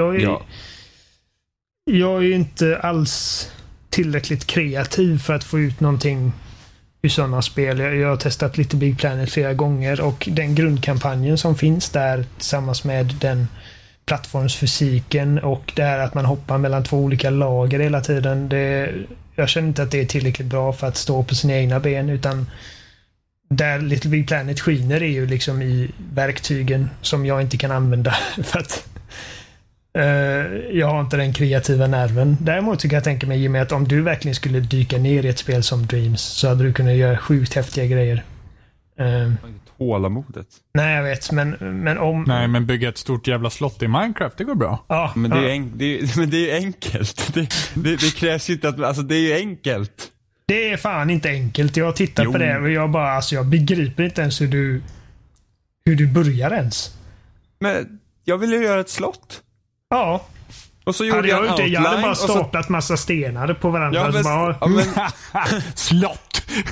Speaker 3: Jag är ju inte alls tillräckligt kreativ för att få ut någonting i sådana spel. Jag har testat Little Big Planet flera gånger, och den grundkampanjen som finns där tillsammans med den plattformsfysiken och det här att man hoppar mellan två olika lager hela tiden. Jag känner inte att det är tillräckligt bra för att stå på sina egna ben, utan där Little Big Planet skiner är ju liksom i verktygen som jag inte kan använda för att jag har inte den kreativa nerven. Däremot tycker jag tänka mig, Jimmy, att om du verkligen skulle dyka ner i ett spel som Dreams så hade du kunnat göra sjukt häftiga grejer.
Speaker 2: Tålamodet.
Speaker 3: Nej, jag vet, men om...
Speaker 1: Nej, men bygga ett stort jävla slott i Minecraft, det går bra.
Speaker 3: Ja,
Speaker 2: men det är enkelt. Det krävs ju inte att... Alltså, det är ju enkelt.
Speaker 3: Det är fan inte enkelt. Jag tittar på det och jag begriper inte ens hur du börjar ens.
Speaker 2: Men jag ville ju göra ett slott.
Speaker 3: Ja.
Speaker 2: Och så gjorde jag en outline.
Speaker 3: Jag hade bara staplat massa stenar på varandra.
Speaker 1: Slott!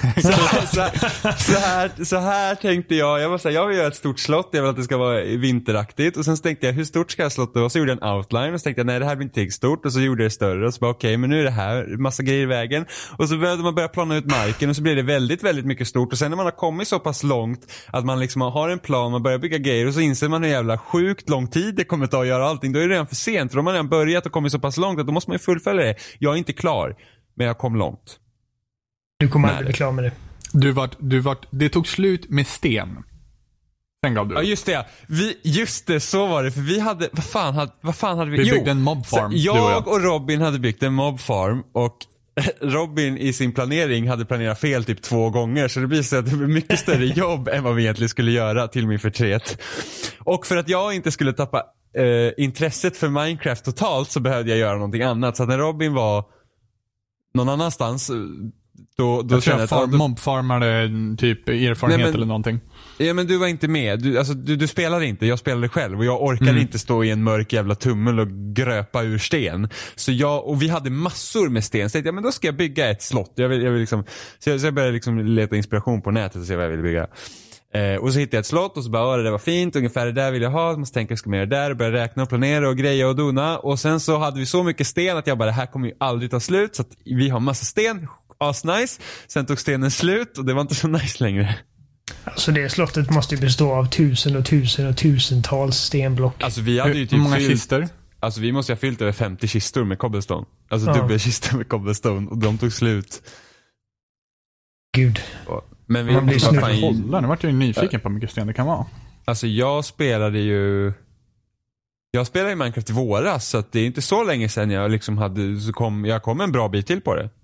Speaker 2: Så här tänkte jag. Jag var så här, jag vill göra ett stort slott. Jag vill att det ska vara vinteraktigt. Och sen så tänkte jag, hur stort ska jag slottet vara? Så gjorde jag en outline. Och så tänkte jag, nej, det här blir inte stort. Och så gjorde jag det större. Och så bara, okej, men nu är det här massa grejer i vägen. Och så började man börja plana ut marken. Och så blev det väldigt, väldigt mycket stort. Och sen när man har kommit så pass långt att man liksom har en plan, man börjar bygga grejer. Och så inser man hur jävla sjukt lång tid det kommer ta att göra allting. Då är det redan för sent. För då har man redan börjat och kommit så pass långt att då måste man ju fullfölja det. Jag är inte klar, men jag kom långt.
Speaker 3: Du kommer aldrig bli klar med det.
Speaker 1: Det tog slut med sten. Sen gav du.
Speaker 2: Ja, just det, så var det. För vi hade, vad fan hade vi?
Speaker 1: Vi byggde en mobfarm.
Speaker 2: Jag och Robin hade byggt en mobfarm, och Robin i sin planering hade planerat fel typ 2 gånger. Så det blir så att det blir mycket större jobb än vad vi egentligen skulle göra, till min förtret. Och för att jag inte skulle tappa intresset för Minecraft totalt, så behövde jag göra någonting annat. Så att när Robin var någon annanstans, då
Speaker 1: kände jag mobfarmade typ erfarenhet eller någonting.
Speaker 2: Ja, men du var inte med. Du spelade inte, jag spelade själv. Och jag orkade inte stå i en mörk jävla tummel och gröpa ur sten. Och vi hade massor med sten. Så jag tänkte, men då ska jag bygga ett slott. Jag vill liksom, så jag började liksom leta inspiration på nätet och se vad jag ville bygga. Och så hittade jag ett slott och så bara, det var fint, ungefär det där vill jag ha. Man tänker, ska man göra där, och börja räkna och planera och greja och dona. Och sen så hade vi så mycket sten att jag bara, det här kommer ju aldrig ta slut. Så att vi har massa sten, nice. Sen tog stenen slut och det var inte så nice längre.
Speaker 3: Alltså det slottet måste ju bestå av 1000 och 1000 och tusentals stenblock.
Speaker 2: Alltså vi hade ju typ
Speaker 1: många kistor?
Speaker 2: Alltså vi måste ha fyllt över 50 kistor med cobblestone. Alltså dubbelkistor med cobblestone, och de tog slut.
Speaker 3: Gud.
Speaker 2: Men vi
Speaker 1: måste hålla. Nu vart jag ju nyfiken på hur mycket sten det kan vara.
Speaker 2: Alltså jag spelade ju Minecraft i våras, så att det är inte så länge sedan jag liksom jag kom en bra bit till på det.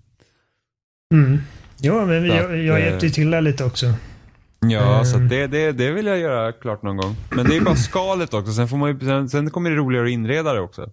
Speaker 3: Ja, men jag hjälpte till där lite också.
Speaker 2: Ja, så det vill jag göra klart någon gång. Men det är bara skalet också. Sen kommer det roligare att inreda det också.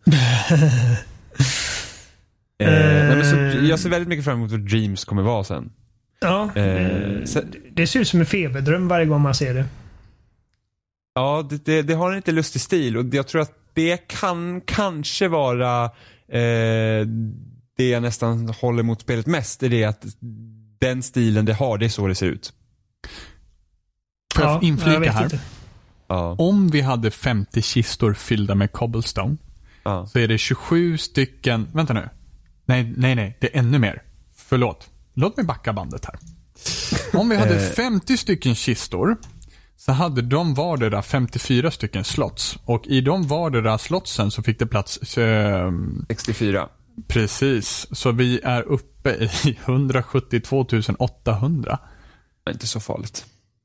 Speaker 2: Nej, men så, jag ser väldigt mycket fram emot vad Dreams kommer vara sen.
Speaker 3: Ja, det ser ut som en feberdröm varje gång man ser det.
Speaker 2: Ja, det har en lite lustig stil. Och jag tror att det kan kanske vara det jag nästan håller mot spelet mest. Det är det att den stilen det har, det är så det ser ut.
Speaker 1: Får jag inflika här?
Speaker 2: Ja.
Speaker 1: Om vi hade 50 kistor fyllda med cobblestone, så är det 27 stycken... Vänta nu. Nej, det är ännu mer. Förlåt. Låt mig backa bandet här. Om vi hade 50 stycken kistor, så hade de vardera 54 stycken slots. Och i de vardera slotsen så fick det plats
Speaker 2: 64.
Speaker 1: Precis. Så vi är uppe i 172 800.
Speaker 2: Inte så farligt.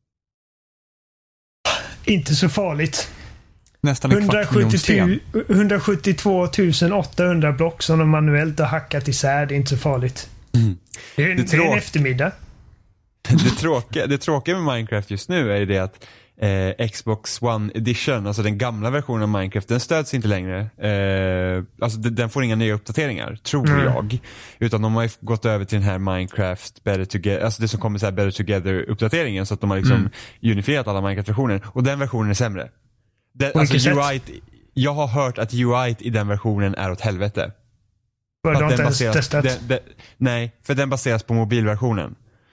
Speaker 3: Inte så farligt.
Speaker 1: Nästan en kvart miljon sten.
Speaker 3: 172 800 block som de manuellt har hackat isär. Det är inte så farligt. Det är en eftermiddag.
Speaker 2: Det tråkiga med Minecraft just nu är det att Xbox One Edition, alltså den gamla versionen av Minecraft, den stöds inte längre. Alltså den får inga nya uppdateringar, tror jag. Utan de har ju gått över till den här Minecraft Better Together, alltså det som kommer så här Better Together-uppdateringen, så att de har liksom unifierat alla Minecraft-versioner. Och den versionen är sämre. Alltså UI, jag har hört att UI i den versionen är åt helvete.
Speaker 3: Du har inte ens testat?
Speaker 2: Nej, för den baseras på mobilversionen.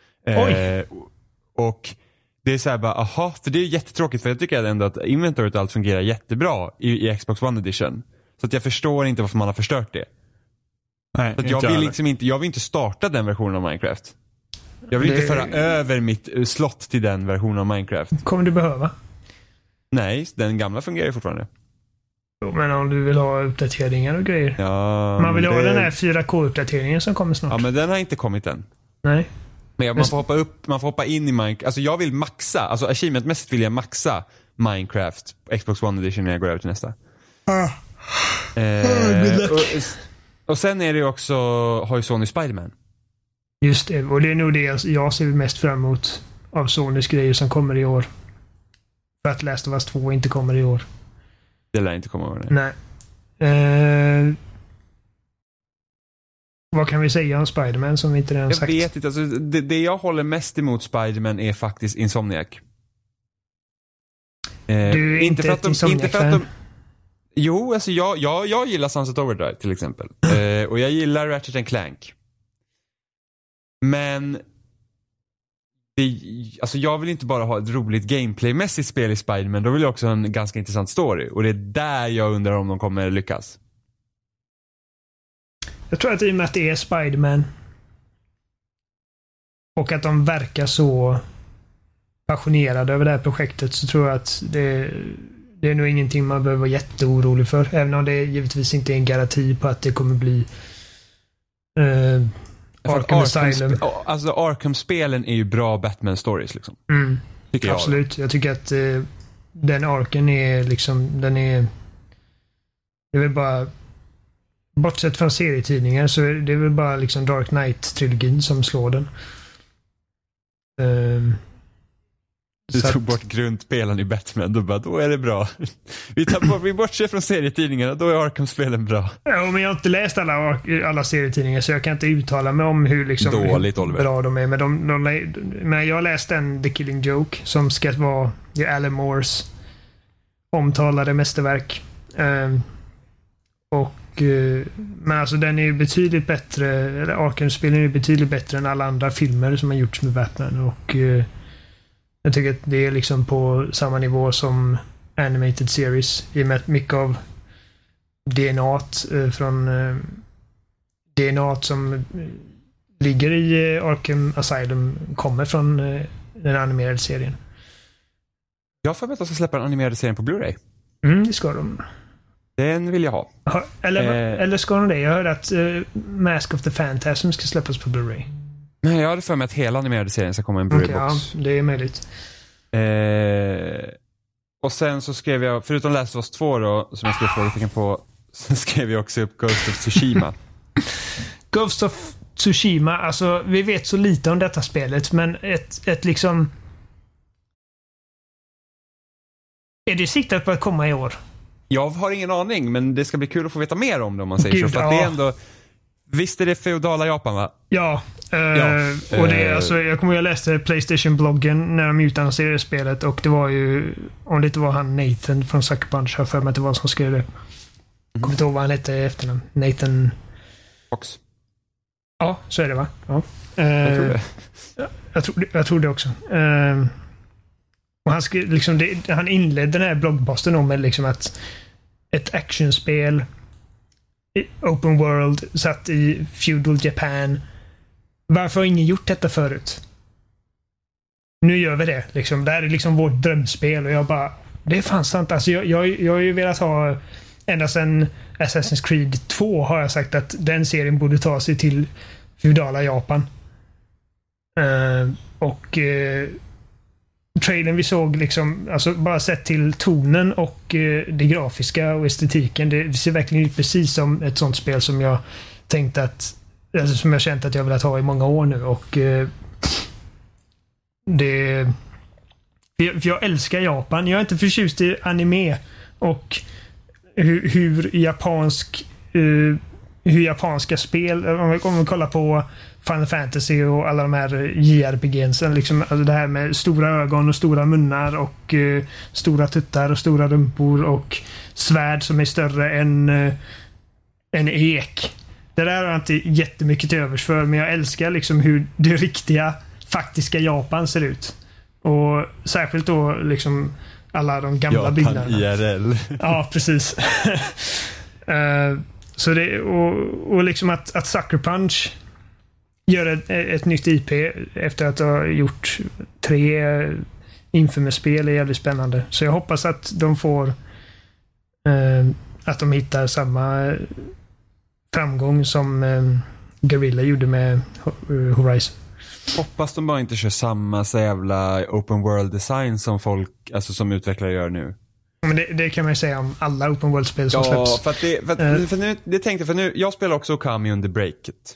Speaker 2: Och det är så här bara, aha, för det är jättetråkigt, för jag tycker ändå att inventoriet och allt fungerar jättebra i Xbox One Edition. Så att jag förstår inte varför man har förstört det.
Speaker 1: Nej,
Speaker 2: så att jag vill inte starta den versionen av Minecraft. Jag vill inte föra över mitt slott till den versionen av Minecraft.
Speaker 3: Kommer du behöva?
Speaker 2: Nej, den gamla fungerar ju fortfarande.
Speaker 3: Men om du vill ha uppdateringar och grejer.
Speaker 2: Ja,
Speaker 3: man vill ha den här 4K-uppdateringen som kommer snart.
Speaker 2: Ja, men den har inte kommit än.
Speaker 3: Nej.
Speaker 2: Men man får hoppa in i Minecraft. Alltså jag vill maxa, alltså achievementmässigt vill jag maxa Minecraft Xbox One Edition när jag går över till nästa. Och sen är det ju också, har ju Sony Spider-Man.
Speaker 3: Just det, och det är nog det jag ser mest fram emot av Sonys grejer som kommer i år. För att Last of Us 2 inte kommer i år.
Speaker 2: Det lär inte komma över.
Speaker 3: Nej. Vad kan vi säga om Spider-Man som vi inte redan sagt?
Speaker 2: Jag vet inte. Alltså, det jag håller mest emot Spider-Man är faktiskt Insomniac.
Speaker 3: Du är inte ett Insomniac-fan?
Speaker 2: Jo, alltså jag gillar Sunset Overdrive till exempel. Och jag gillar Ratchet & Clank. Men alltså jag vill inte bara ha ett roligt gameplaymässigt spel i Spider-Man. Då vill jag också ha en ganska intressant story. Och det är där jag undrar om de kommer lyckas.
Speaker 3: Jag tror att i och med att det är Spider-Man och att de verkar så passionerade över det här projektet, så tror jag att det är nog ingenting man behöver vara jätteorolig för. Även om det givetvis inte är en garanti på att det kommer bli Arkham Asylum.
Speaker 2: Alltså Arkham-spelen är ju bra Batman-stories liksom. Tycker jag.
Speaker 3: Absolut. Jag tycker att den arken är liksom, det är väl bara, bortsett från serietidningar, så är det väl bara liksom Dark Knight-trilogin som slår den.
Speaker 2: Du tog bort grundspelen i Batman, då är det bra. Vi bortser från serietidningarna, då är Arkham-spelen bra.
Speaker 3: Ja, men jag har inte läst alla serietidningar, så jag kan inte uttala mig om hur, liksom, hur bra de är. Men jag har läst The Killing Joke, som ska vara Alan Moores omtalade mästerverk. Men alltså den är ju betydligt bättre, eller Arkham-spelen är ju betydligt bättre än alla andra filmer som har gjorts med Batman, och jag tycker att det är liksom på samma nivå som Animated Series, i och med att mycket av DNA som ligger i Arkham Asylum kommer från den animerade serien.
Speaker 2: Jag får veta att de ska släppa den animerade serien på Blu-ray.
Speaker 3: Det ska de.
Speaker 2: Den vill jag ha.
Speaker 3: Eller ska de det? Jag hörde att Mask of the Phantasm ska släppas på Blu-ray.
Speaker 2: Nej, jag hade för mig att hela animerade serien ska komma i en Blu-ray-box.
Speaker 3: Ja, det är möjligt.
Speaker 2: Och sen så skrev jag, förutom Last of Us 2 då, som jag skrev frågetecken på, så skrev jag också upp Ghost of Tsushima.
Speaker 3: Ghost of Tsushima, alltså vi vet så lite om detta spelet, men ett liksom... Är det siktat på att komma i år?
Speaker 2: Jag har ingen aning, men det ska bli kul att få veta mer om det, om man säger så. För att det är ändå... Visst är det feodala Japan, va?
Speaker 3: Ja. Och det är, alltså, jag kommer ihåg, jag läste PlayStation-bloggen när de utannonserade spelet, och det var ju, om det inte var han Nathan från Sucker Punch, har för mig att det var som skrev det. Jag kommer inte ihåg vad han hette i efternamn. Nathan
Speaker 2: Fox.
Speaker 3: Ja, så är det, va? Ja.
Speaker 2: Jag tror det.
Speaker 3: Jag tror det också. Och han skrev, liksom, han inledde den här bloggposten med liksom att ett actionspel, open world, satt i feudal Japan. Varför har ingen gjort detta förut? Nu gör vi det. Liksom. Det här är liksom vårt drömspel, och jag bara, det är fan sant. Alltså, jag har ju velat ha, ända sedan Assassin's Creed 2 har jag sagt att den serien borde ta sig till feudala Japan. Trailern vi såg, liksom, alltså bara sett till tonen och det grafiska och estetiken, det ser verkligen ut precis som ett sånt spel som jag tänkte att, alltså som jag känt att jag velat ha i många år nu, och det För jag älskar Japan. Jag är inte förtjust i anime och hur japanska spel, om vi kollar på Final Fantasy och alla de här JRPG'en, liksom, alltså det här med stora ögon och stora munnar och stora tuttar och stora rumpor och svärd som är större än en ek. Det där har jag inte jättemycket till övers för, men jag älskar liksom hur det riktiga, faktiska Japan ser ut. Och särskilt då liksom alla de gamla byggnaderna.
Speaker 2: IRL.
Speaker 3: Ja, precis. Så det, och liksom att Sucker Punch gör ett nytt IP efter att ha gjort 3 Infamous-spel är jävligt spännande. Så jag hoppas att de får att de hittar samma framgång som Guerrilla gjorde med Horizon.
Speaker 2: Hoppas de bara inte kör samma så jävla open world design som folk, alltså som utvecklare gör nu.
Speaker 3: Men det kan man ju säga om alla open world-spel som släpps.
Speaker 2: Ja, för nu, jag spelar också Okami under breaket.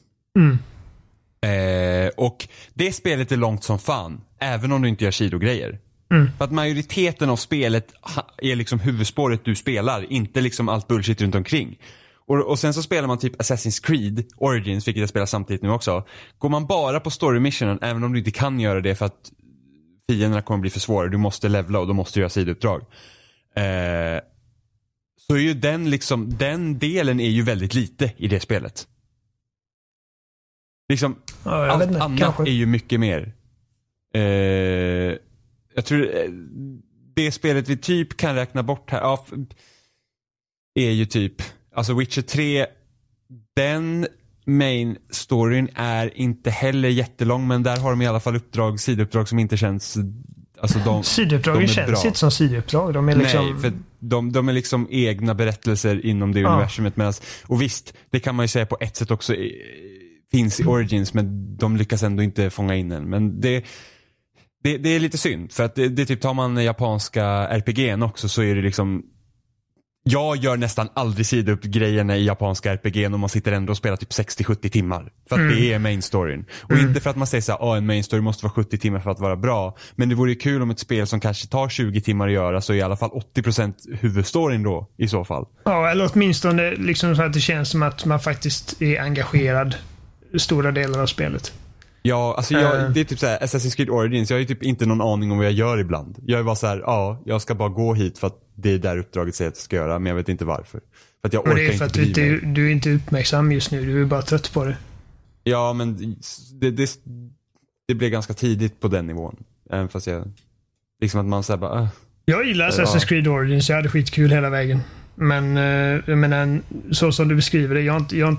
Speaker 2: Och det spelet är långt som fan, även om du inte gör sidogrejer. För att majoriteten av spelet är liksom huvudspåret du spelar, inte liksom allt bullshit runt omkring. Och sen så spelar man typ Assassin's Creed Origins, vilket jag spelar samtidigt nu också. Går man bara på story missionen, även om du inte kan göra det för att fienderna kommer bli för svåra, du måste levla och då måste du göra sidouppdrag. Så är ju den delen är ju väldigt lite i det spelet. Liksom, allt annat kanske är ju mycket mer. Jag tror det spelet vi typ kan räkna bort här är ju typ, alltså Witcher 3, den main storyn är inte heller jättelång, men där har de i alla fall sidouppdrag som inte känns, alltså
Speaker 3: sidouppdragen känns inte som sidouppdrag. De är liksom...
Speaker 2: Nej, för de är liksom egna berättelser inom det universumet. Och visst, det kan man ju säga på ett sätt också finns i Origins, men de lyckas ändå inte fånga in den. Men det är lite synd, för att det typ, tar man japanska RPG:n också, så är det liksom, jag gör nästan aldrig sidouppgrejerna i japanska RPG:n och man sitter ändå och spelar typ 60-70 timmar. För att det är main storyn. Och inte för att man säger så här, en main story måste vara 70 timmar för att vara bra. Men det vore ju kul om ett spel som kanske tar 20 timmar att göra, så är i alla fall 80% huvudstoryn då i så fall. Ja,
Speaker 3: eller åtminstone liksom så att det känns som att man faktiskt är engagerad i stora delar av spelet.
Speaker 2: Ja, alltså det är typ såhär, Assassin's Creed Origins, jag har ju typ inte någon aning om vad jag gör ibland. Jag är bara såhär, jag ska bara gå hit för att det är där uppdraget säger att jag ska göra, men jag vet inte varför. För att jag orkar inte. Det är för att
Speaker 3: du är inte uppmärksam just nu, du är bara trött på det.
Speaker 2: Ja, men det blev ganska tidigt på den nivån. Även fast jag, liksom att man säger bara...
Speaker 3: Jag gillar Assassin's Creed Origins, jag hade skitkul hela vägen. Men jag menar, så som du beskriver det, jag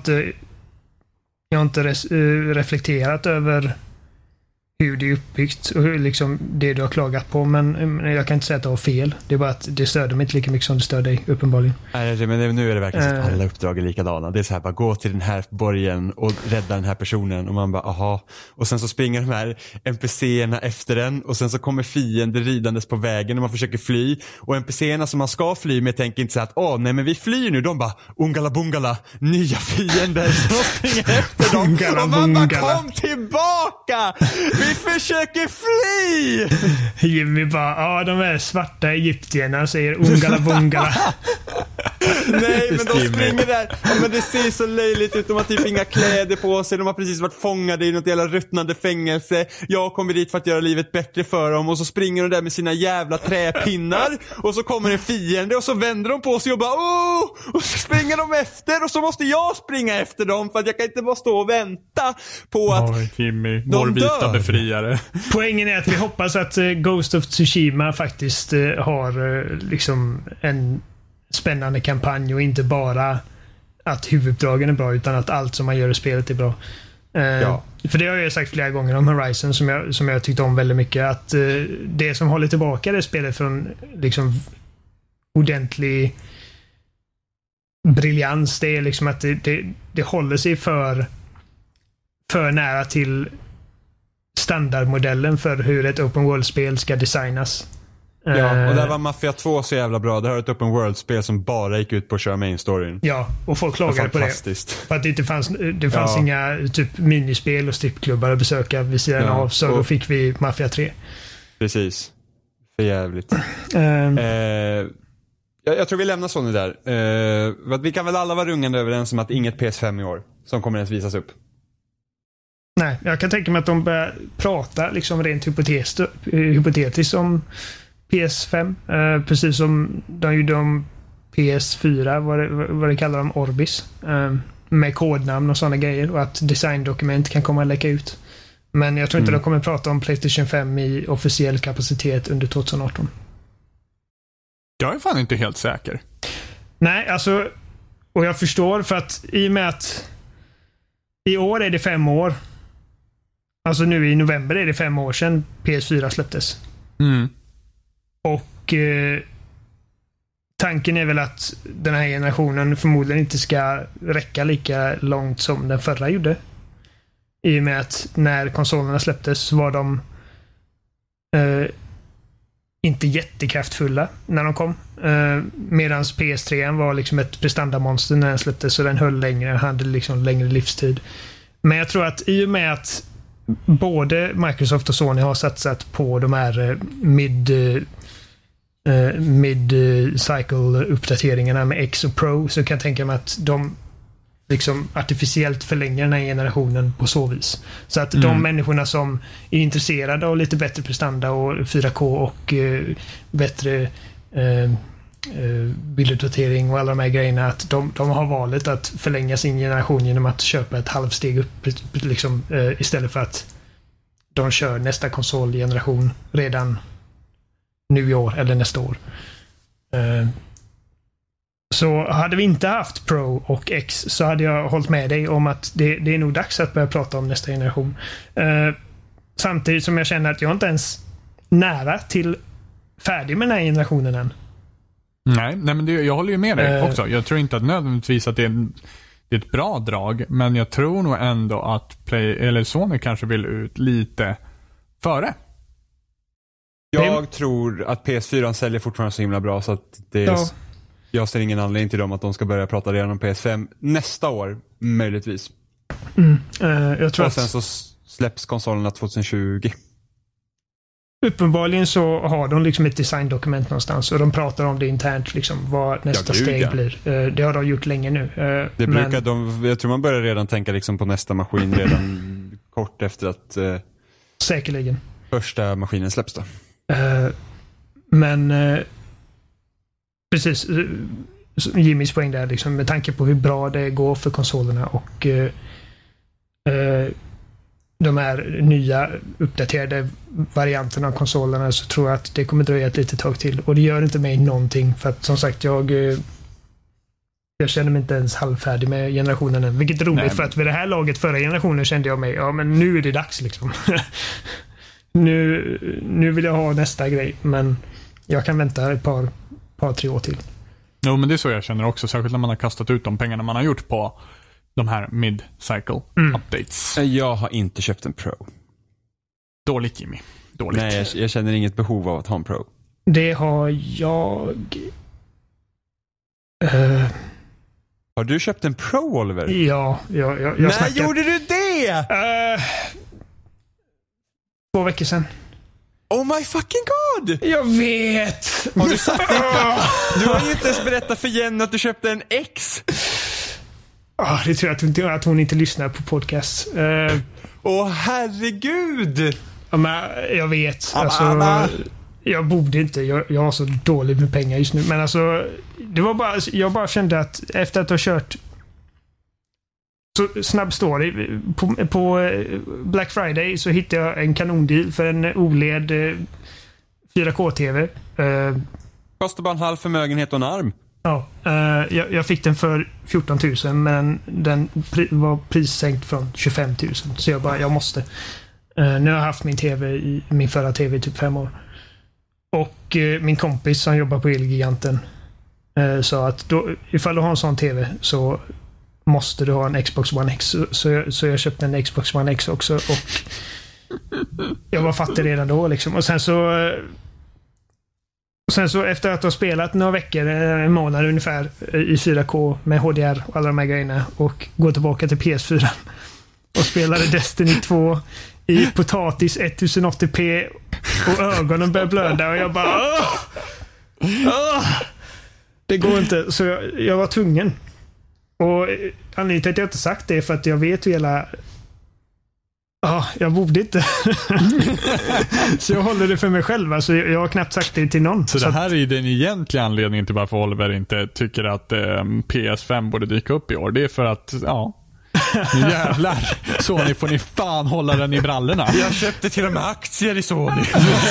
Speaker 3: har inte reflekterat över hur det är uppbyggt och hur liksom det du har klagat på, men jag kan inte säga att det var fel. Det är bara att det störde mig inte lika mycket som det stör dig, uppenbarligen.
Speaker 2: Nej, men nu är det verkligen så att alla uppdrag är likadana. Det är så här, bara gå till den här borgen och rädda den här personen, och man bara, aha. Och sen så springer de här NPCerna efter den, och sen så kommer fiender ridandes på vägen och man försöker fly, och NPCerna som man ska fly med tänker inte så att, nej men vi flyr nu, de bara, ungala bungala, nya fiender som springer efter dem. Och man bara, kom tillbaka! Vi försöker fly!
Speaker 3: Jimmy bara, de är svarta egyptierna säger ungala bungala.
Speaker 2: Nej, men de springer där. Men det ser så löjligt ut. De har typ inga kläder på sig. De har precis varit fångade i något jävla ruttnande fängelse. Jag kommer dit för att göra livet bättre för dem. Och så springer de där med sina jävla träpinnar. Och så kommer en fiende och så vänder de på sig och bara, och så springer de efter. Och så måste jag springa efter dem, för att jag kan inte bara stå och vänta på att
Speaker 1: Kimmy, vår vita befriare.
Speaker 3: Poängen är att vi hoppas att Ghost of Tsushima faktiskt har liksom en spännande kampanj, och inte bara att huvuduppdragen är bra, utan att allt som man gör i spelet är bra. För det har jag sagt flera gånger om Horizon, som jag tyckte om väldigt mycket, att det som håller tillbaka det spelet från liksom ordentlig briljans, det är liksom att det håller sig för nära till standardmodellen för hur ett open world-spel ska designas.
Speaker 2: Ja, och där var Mafia 2 så jävla bra. Det har ett open world-spel som bara gick ut på att köra main storyn.
Speaker 3: Ja, och folk klagade på det. För att det fanns inga typ minispel och strippklubbar att besöka vid sidan av, så då fick vi Mafia 3.
Speaker 2: Precis. För jävligt. Jag tror vi lämnar Sony där. Vi kan väl alla vara rungande överens om att inget PS5 i år som kommer ens visas upp.
Speaker 3: Nej, jag kan tänka mig att de börjar prata liksom rent hypotetiskt om PS5. Precis som de gjorde om PS4, vad det kallar de, Orbis. Med kodnamn och sådana grejer. Och att designdokument kan komma att läcka ut. Men jag tror inte de kommer prata om PlayStation 5 i officiell kapacitet under 2018.
Speaker 1: Jag är fan inte helt säker.
Speaker 3: Nej, alltså, och jag förstår för att i och med att i år är det 5 år. Alltså nu i november är det 5 år sedan PS4 släpptes. Och tanken är väl att den här generationen förmodligen inte ska räcka lika långt som den förra gjorde. I och med att när konsolerna släpptes så var de inte jättekraftfulla när de kom. Medan PS3 var liksom ett prestandamonster när den släpptes, så den höll längre, hade liksom längre livstid. Men jag tror att i och med att både Microsoft och Sony har satsat på de här mid-cycle uppdateringarna med X och Pro, så kan jag tänka mig att de liksom artificiellt förlänger den här generationen på så vis. Så att de människorna som är intresserade av lite bättre prestanda och 4K och bättre bilduppdatering och alla de här grejerna, att de har valet att förlänga sin generation genom att köpa ett halvsteg upp liksom, istället för att de kör nästa konsolgeneration redan nu i år eller nästa år. Så hade vi inte haft Pro och X så hade jag hållit med dig om att det är nog dags att börja prata om nästa generation. Samtidigt som jag känner att jag inte ens nära till färdig med den här generationen än.
Speaker 1: Nej men jag håller ju med dig också. Jag tror inte att nödvändigtvis att det är ett bra drag, men jag tror nog ändå att Sony kanske vill ut lite före.
Speaker 2: Jag tror att PS4 säljer fortfarande så himla bra så att jag ser ingen anledning till dem att de ska börja prata redan om PS5 nästa år, möjligtvis.
Speaker 3: Jag tror
Speaker 2: och sen så släpps konsolerna 2020.
Speaker 3: Uppenbarligen så har de liksom ett designdokument någonstans och de pratar om det internt, liksom, vad nästa steg blir. Det har de gjort länge nu.
Speaker 2: Jag tror man börjar redan tänka liksom på nästa maskin redan kort efter att
Speaker 3: säkerligen
Speaker 2: första maskinen släpps då.
Speaker 3: Men precis, Jimmys poäng där, liksom, med tanke på hur bra det går för konsolerna och de här nya uppdaterade varianterna av konsolerna, så tror jag att det kommer dröja ett litet tag till. Och det gör inte mig någonting, för att som sagt jag känner mig inte ens halvfärdig med generationen än. Vilket är roligt, för att vid det här laget förra generationen kände jag mig, men nu är det dags liksom. nu vill jag ha nästa grej, men jag kan vänta ett par 3 år till.
Speaker 1: Jo, men det är så jag känner också, särskilt när man har kastat ut de pengarna man har gjort på de här mid-cycle updates.
Speaker 2: Jag har inte köpt en Pro.
Speaker 1: Dåligt, Jimmy. Dåligt.
Speaker 2: Nej, jag känner inget behov av att ha en Pro.
Speaker 3: Det har jag.
Speaker 2: Har du köpt en Pro, Oliver?
Speaker 3: Ja, jag
Speaker 2: när gjorde du det?
Speaker 3: 2 veckor sedan.
Speaker 2: Oh my fucking god!
Speaker 3: Jag vet!
Speaker 2: Har du sagt det? Du har ju inte ens berättat för Jenny att du köpte en X.
Speaker 3: Det tror jag att hon inte lyssnar på podcast.
Speaker 2: Herregud!
Speaker 3: Men jag vet. Jag borde inte. Jag har så dåligt med pengar just nu. Men alltså, det var bara, jag bara kände att efter att ha kört så snabb story på Black Friday så hittade jag en kanondeal för en OLED 4K-TV.
Speaker 2: Kostar bara en halv förmögenhet och en arm.
Speaker 3: Ja, jag fick den för 14 000, men den var prissänkt från 25 000. Så jag måste. Nu har jag haft min förra TV i typ 5 år. Och min kompis som jobbar på Elgiganten sa att ifall du har en sån TV så måste du ha en Xbox One X. Så jag köpte en Xbox One X också. Och jag var fattig redan då liksom. Och sen så efter att ha spelat några veckor, en månad ungefär i 4K med HDR och alla de här grejerna och gå tillbaka till PS4 och spelade Destiny 2 i potatis 1080p Och ögonen börjar blöda och jag bara det går inte. Så jag var tvungen. Och anledningen till att jag inte sagt det är för att jag vet hur hela... jag borde inte. Så jag håller det för mig själv. Alltså, jag har knappt sagt det till någon.
Speaker 1: Så det här är den egentliga anledningen till varför Oliver inte tycker att PS5 borde dyka upp i år. Det är för att, nu jävlar. Sony får ni fan hålla den i brallorna.
Speaker 2: Jag köpte till och med aktier i Sony.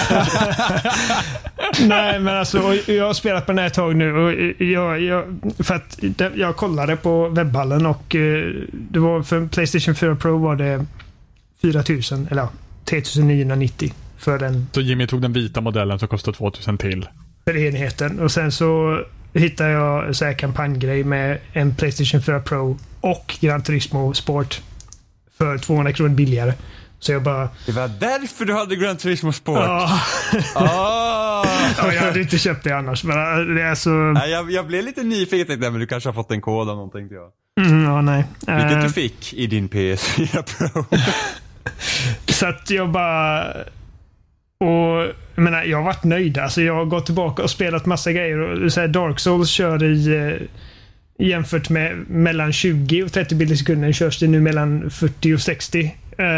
Speaker 3: Nej, men alltså jag har spelat på den här ett tag nu och för att jag kollade på webbhallen och det var för PlayStation 4 Pro var det 4000 eller 3990 för den.
Speaker 1: Så Jimmy tog den vita modellen som kostar 2000 till.
Speaker 3: För enheten. Och sen så hittade jag så här kampanjgrej med en PlayStation 4 Pro och Gran Turismo Sport för 200 kronor billigare. Så jag bara...
Speaker 2: Det var därför du hade Gran Turismo Sport.
Speaker 3: Ja. Jag hade inte köpt det annars. Men det är så...
Speaker 2: Jag blev lite nyfiken, men du kanske har fått en kod av någonting.
Speaker 3: Nej.
Speaker 2: Vilket du fick i din PS4 Pro.
Speaker 3: Så att jag bara... Och jag menar, jag har varit nöjd. Alltså jag har gått tillbaka och spelat massa grejer. Och så här, Dark Souls kör i... jämfört med mellan 20 och 30 bilder i sekunden körs det nu mellan 40 och 60.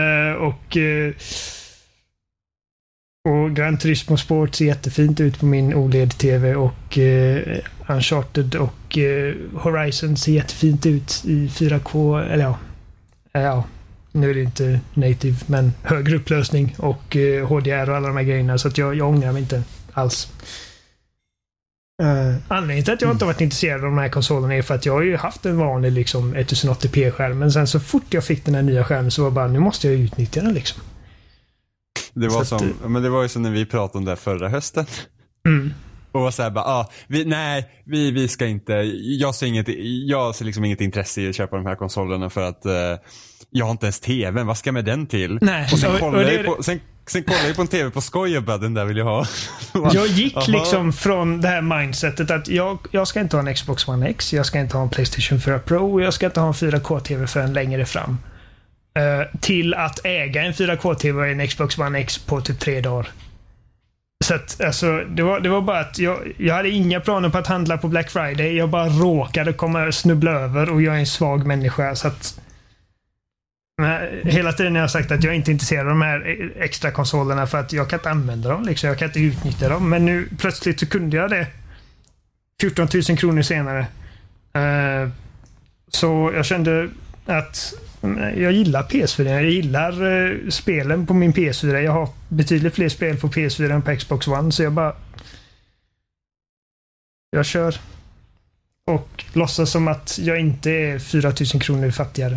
Speaker 3: Och Gran Turismo Sport ser jättefint ut på min OLED-TV och Uncharted och Horizon ser jättefint ut i 4K. Eller ja, nu är det inte native, men högre upplösning och HDR och alla de här grejerna. Så att jag ångrar mig inte alls. Anledningen till att jag inte varit intresserad av de här konsolerna är för att jag har ju haft en vanlig liksom 1080p-skärm, men sen så fort jag fick den här nya skärmen så var bara, nu måste jag utnyttja den liksom.
Speaker 2: Det var men det var ju som när vi pratade om det förra hösten. Och var så här bara, vi ska inte, jag ser liksom inget intresse i att köpa de här konsolerna för att jag har inte ens tv, vad ska jag med den till?
Speaker 3: Nej.
Speaker 2: Och sen kollade jag på en tv på skoj och bara, den där vill jag ha.
Speaker 3: Jag gick liksom från det här mindsetet att jag ska inte ha en Xbox One X, jag ska inte ha en PlayStation 4 Pro och jag ska inte ha en 4K-tv förrän längre fram. Till att äga en 4K-tv och en Xbox One X på typ 3 dagar. Så att, alltså, det var bara att jag hade inga planer på att handla på Black Friday. Jag bara råkade snubbla över och jag är en svag människa. Så att hela tiden har jag sagt att jag är inte intresserad av de här extra konsolerna för att jag kan inte använda dem. Liksom. Jag kan inte utnyttja dem. Men nu plötsligt så kunde jag det 14 000 kronor senare. Så jag kände att jag gillar PS4. Jag gillar spelen på min PS4. Jag har betydligt fler spel på PS4 än på Xbox One. Så jag kör. Och låtsas som att jag inte är 4 000 kronor fattigare.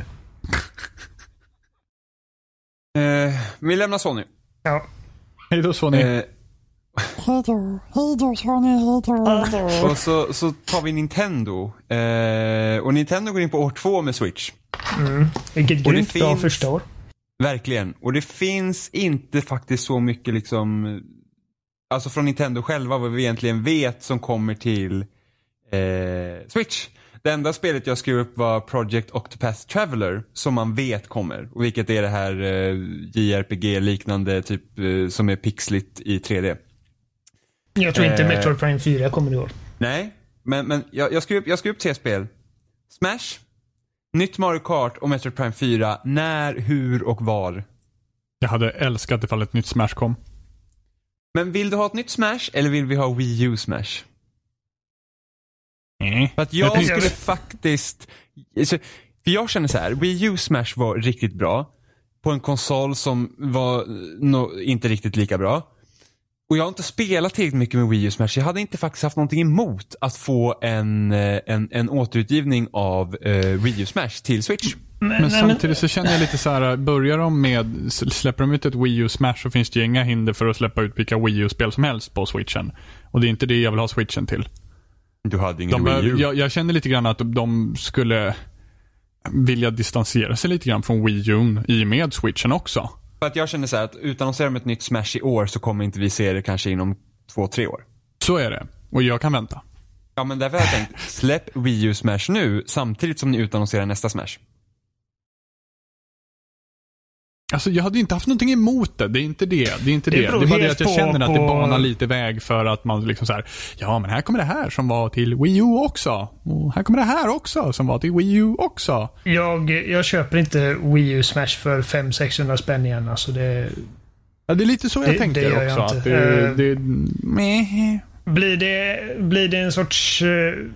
Speaker 2: Vi lämnar Sony.
Speaker 3: Ja.
Speaker 1: Hej då Sony.
Speaker 4: Hej då Sony, hej då.
Speaker 2: Och så tar vi Nintendo. Och Nintendo går in på år 2 med Switch.
Speaker 3: Vilket grymt bra första år.
Speaker 2: Verkligen. Och det finns inte faktiskt så mycket liksom, alltså från Nintendo själva vad vi egentligen vet som kommer till Switch. Det enda spelet jag skrev upp var Project Octopath Traveler som man vet kommer. Och vilket är det här JRPG-liknande typ som är pixligt i 3D.
Speaker 3: Jag tror inte Metroid Prime 4 kommer i år.
Speaker 2: Nej, men jag skrev upp 3 spel. Smash, nytt Mario Kart och Metroid Prime 4. När, hur och var?
Speaker 1: Jag hade älskat ifall ett nytt Smash kom.
Speaker 2: Men vill du ha ett nytt Smash eller vill vi ha Wii U Smash? För att jag skulle faktiskt... För jag känner så här, Wii U Smash var riktigt bra. På en konsol som var inte riktigt lika bra. Och jag har inte spelat tillräckligt mycket med Wii U Smash. Jag hade inte faktiskt haft någonting emot att få en återutgivning av Wii U Smash till Switch.
Speaker 1: Men samtidigt så känner jag lite så här, släpper de ut ett Wii U Smash så finns det ju inga hinder för att släppa ut vilka Wii U-spel som helst på Switchen. Och det är inte det jag vill ha Switchen till.
Speaker 2: Du hade ingen Wii U.
Speaker 1: Jag känner lite grann att de skulle vilja distansera sig lite grann från Wii U i med Switchen också.
Speaker 2: För att jag känner så här att utan att se dem ett nytt Smash i år så kommer inte vi se det kanske inom 2-3 år.
Speaker 1: Så är det. Och jag kan vänta.
Speaker 2: Ja, men därför har jag tänkt, släpp Wii U Smash nu samtidigt som ni utannonserar nästa Smash.
Speaker 1: Alltså jag hade inte haft någonting emot det. Det är inte det. Det är inte det. Det är bara det att jag känner att det banar lite väg för att man liksom så här, ja men här kommer det här som var till Wii U också. Och här kommer det här också som var till Wii U också.
Speaker 3: Jag köper inte Wii U Smash för 500-600 spänn igen. Alltså det...
Speaker 1: Ja, det är lite så jag tänker
Speaker 3: det
Speaker 1: också.
Speaker 3: Jag
Speaker 1: att
Speaker 3: blir det en sorts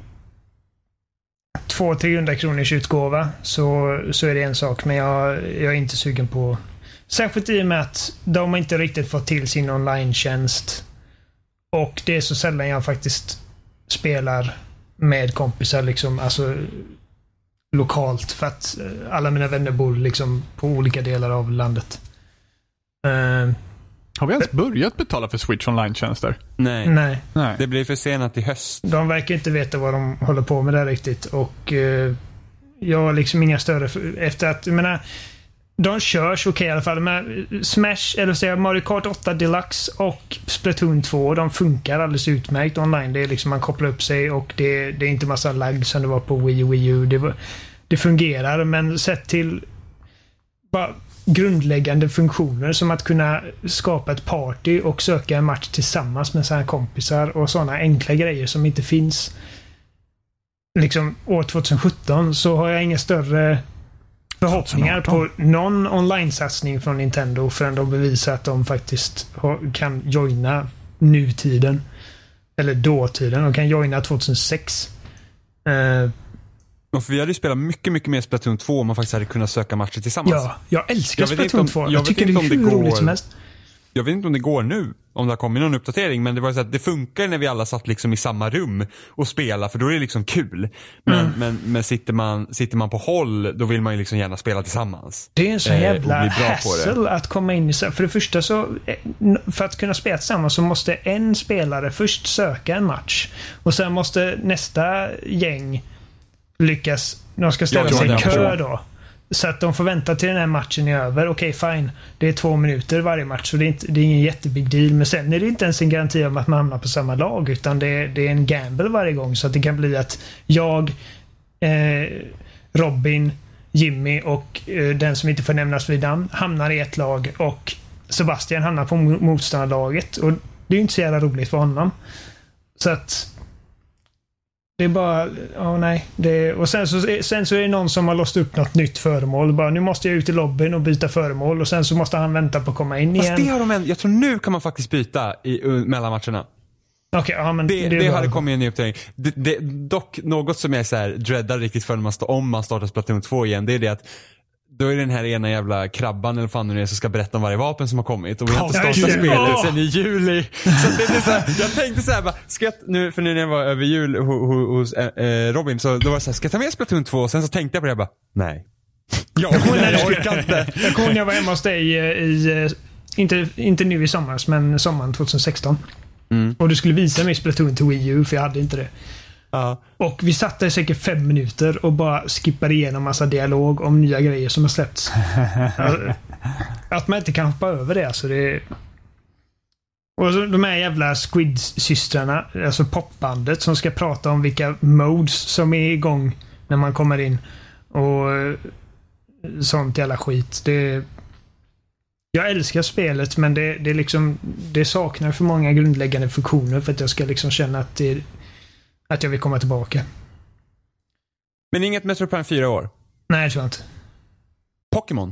Speaker 3: 200-300 kronors utgåva så är det en sak, men jag är inte sugen på, särskilt i och med att de har inte riktigt fått till sin online-tjänst och det är så sällan jag faktiskt spelar med kompisar liksom, alltså lokalt, för att alla mina vänner bor liksom på olika delar av landet.
Speaker 1: Har vi ens börjat betala för Switch online-tjänster?
Speaker 2: Nej. Det blir försenat i höst.
Speaker 3: De verkar inte veta vad de håller på med där riktigt. Och jag har liksom inga större... Efter att, jag menar, de körs okej i alla fall. Men Smash, eller säga Mario Kart 8 Deluxe och Splatoon 2, de funkar alldeles utmärkt online. Det är liksom, man kopplar upp sig och det är inte massa lag som det var på Wii U. Det fungerar, men sett till bara grundläggande funktioner som att kunna skapa ett party och söka en match tillsammans med sina kompisar och sådana enkla grejer som inte finns liksom år 2017, så har jag inga större förhoppningar på någon online-satsning från Nintendo förrän de bevisar att de faktiskt kan joina nutiden eller dåtiden. De kan joina 2006.
Speaker 2: För vi hade ju spelat mycket, mycket mer Splatoon 2 om man faktiskt hade kunnat söka matcher tillsammans.
Speaker 3: Ja, jag älskar Splatoon 2. Jag tycker det är hur roligt som helst.
Speaker 2: Jag vet inte om det går nu, om det har kommit någon uppdatering, men det var så att det funkar när vi alla satt liksom i samma rum och spela, för då är det liksom kul. Men sitter man på håll, då vill man ju liksom gärna spela tillsammans.
Speaker 3: Det är en sån jävla hassle att komma in i. För det första så, för att kunna spela tillsammans så måste en spelare först söka en match. Och sen måste nästa gäng lyckas, de ska ställa sig i kö då. Så att de får vänta till den här matchen är över. Okej, fine. Det är 2 minuter varje match, så det är ingen jättebig deal. Men sen är det inte ens en garanti om att man hamnar på samma lag, utan det är en gamble varje gång. Så att det kan bli att jag, Robin, Jimmy och den som inte får nämnas vid namn hamnar i ett lag och Sebastian hamnar på motståndarlaget. Och det är ju inte så jävla roligt för honom. Så att det är bara, nej. Och sen så är det någon som har låst upp något nytt föremål. Bara, nu måste jag ut i lobbyn och byta föremål. Och sen så måste han vänta på att komma in igen.
Speaker 2: Fast det har jag tror nu kan man faktiskt byta mellan matcherna.
Speaker 3: Okej, ja, men
Speaker 2: det hade kommit en ny uppdatering. Dock något som jag så här dreadar riktigt för när om man startar Splatoon 2 igen, det är det att då är den här ena jävla krabban eller fan nu är som ska berätta om varje vapen som har kommit. Och vi har inte startat spelet sen i juli. Så det är så här, jag tänkte så här bara, nu när jag var över jul hos Robin, så då var det så här, ska jag ta med Splatoon 2? Och sen så tänkte jag på det, jag bara, nej. Jag orkar inte.
Speaker 3: Jag kommer när jag var hemma hos dig inte nu i sommar, men sommaren 2016. Och du skulle visa mig Splatoon till Wii U, för jag hade inte det. Och vi satt där säkert 5 minuter och bara skippade igenom massa dialog om nya grejer som har släppts. Att man inte kan hoppa över det, alltså det. Och så de här jävla Squid-systrarna, alltså popbandet som ska prata om vilka modes som är igång när man kommer in och sånt jävla skit. Jag älskar spelet, men det liksom, det saknar för många grundläggande funktioner för att jag ska liksom känna att jag vill komma tillbaka.
Speaker 2: Men inget Metro Prime 4 år?
Speaker 3: Nej, jag tror inte.
Speaker 2: Pokémon?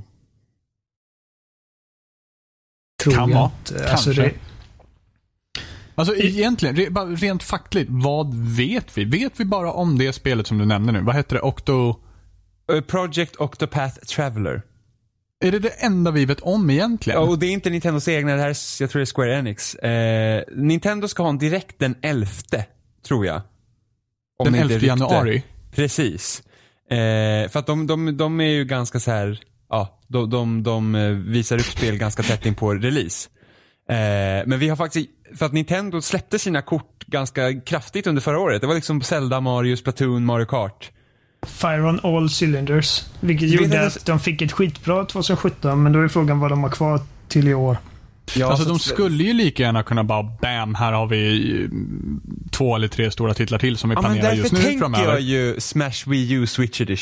Speaker 3: Tror
Speaker 1: kan
Speaker 3: jag
Speaker 1: vara.
Speaker 3: inte.
Speaker 1: Kanske. Alltså egentligen, rent faktligt, vad vet vi? Vet vi bara om det spelet som du nämnde nu? Vad heter det?
Speaker 2: Project Octopath Traveler.
Speaker 1: Är det enda vi vet om egentligen?
Speaker 2: Och det är inte Nintendos egna, det här är, jag tror det är Square Enix. Nintendo ska ha en direkt den 11, tror jag.
Speaker 1: Om den 11 januari?
Speaker 2: Precis. För att de är ju ganska så här, ja, de visar upp spel ganska tätt in på release. Men vi har faktiskt, för att Nintendo släppte sina kort ganska kraftigt under förra året. Det var liksom Zelda, Mario, Splatoon, Mario Kart.
Speaker 3: Fire on all cylinders. Vilket gjorde att de fick ett skitbra 2017, men då är frågan vad de har kvar till i år.
Speaker 1: Ja, alltså de skulle ju lika gärna kunna bara bam, här har vi 2 eller 3 stora titlar till som vi planerar just nu framöver.
Speaker 2: Men därför tänker jag ju Smash Wii U Switch Edition.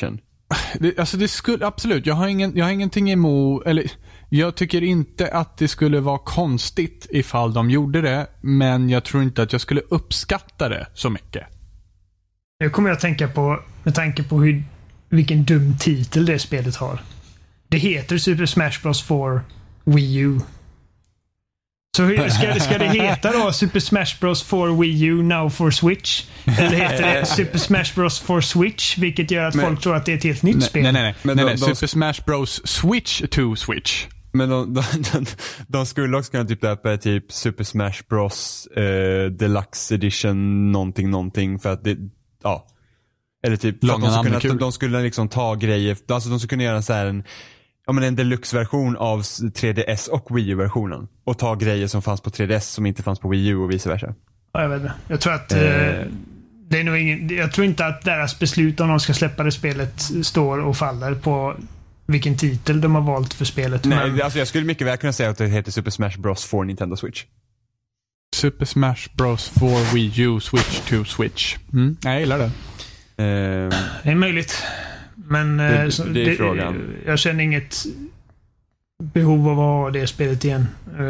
Speaker 1: Det skulle, absolut, jag har ingenting emot, eller jag tycker inte att det skulle vara konstigt ifall de gjorde det, men jag tror inte att jag skulle uppskatta det så mycket.
Speaker 3: Nu kommer jag att tänka på, med tanke på vilken dum titel det spelet har. Det heter Super Smash Bros 4 Wii U. Så ska det heta då Super Smash Bros 4 Wii U Now for Switch? Eller heter det Super Smash Bros 4 Switch? Vilket gör att folk tror att det är ett helt nytt spel.
Speaker 1: Nej. Super Smash Bros Switch to Switch.
Speaker 2: Men de skulle också kunna typ döpa typ Super Smash Bros Deluxe Edition någonting för att det, ja. Eller typ de skulle liksom ta grejer, alltså de skulle kunna göra så här en deluxe-version av 3DS och Wii U-versionen. Och ta grejer som fanns på 3DS som inte fanns på Wii U och vice versa.
Speaker 3: Ja, jag vet inte. Jag tror att det är nog jag tror inte att deras beslut om de ska släppa det spelet står och faller på vilken titel de har valt för spelet.
Speaker 2: Nej, alltså jag skulle mycket väl kunna säga att det heter Super Smash Bros for Nintendo Switch.
Speaker 1: Super Smash Bros for Wii U Switch to Switch. Jag gillar det.
Speaker 3: Det är möjligt. Men
Speaker 2: det är frågan.
Speaker 3: Jag känner inget behov av att ha det spelet igen.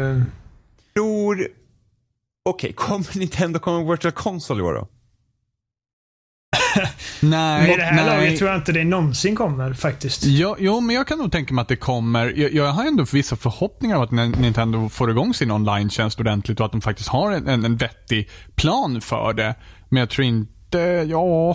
Speaker 2: Kommer Nintendo komma Virtual Console i år då?
Speaker 3: Nej. Med det här laget tror jag inte det någonsin kommer faktiskt.
Speaker 1: Jo, men jag kan nog tänka mig att det kommer. Jag har ändå vissa förhoppningar om att Nintendo får igång sin online-tjänst ordentligt och att de faktiskt har en vettig plan för det. Men jag tror inte,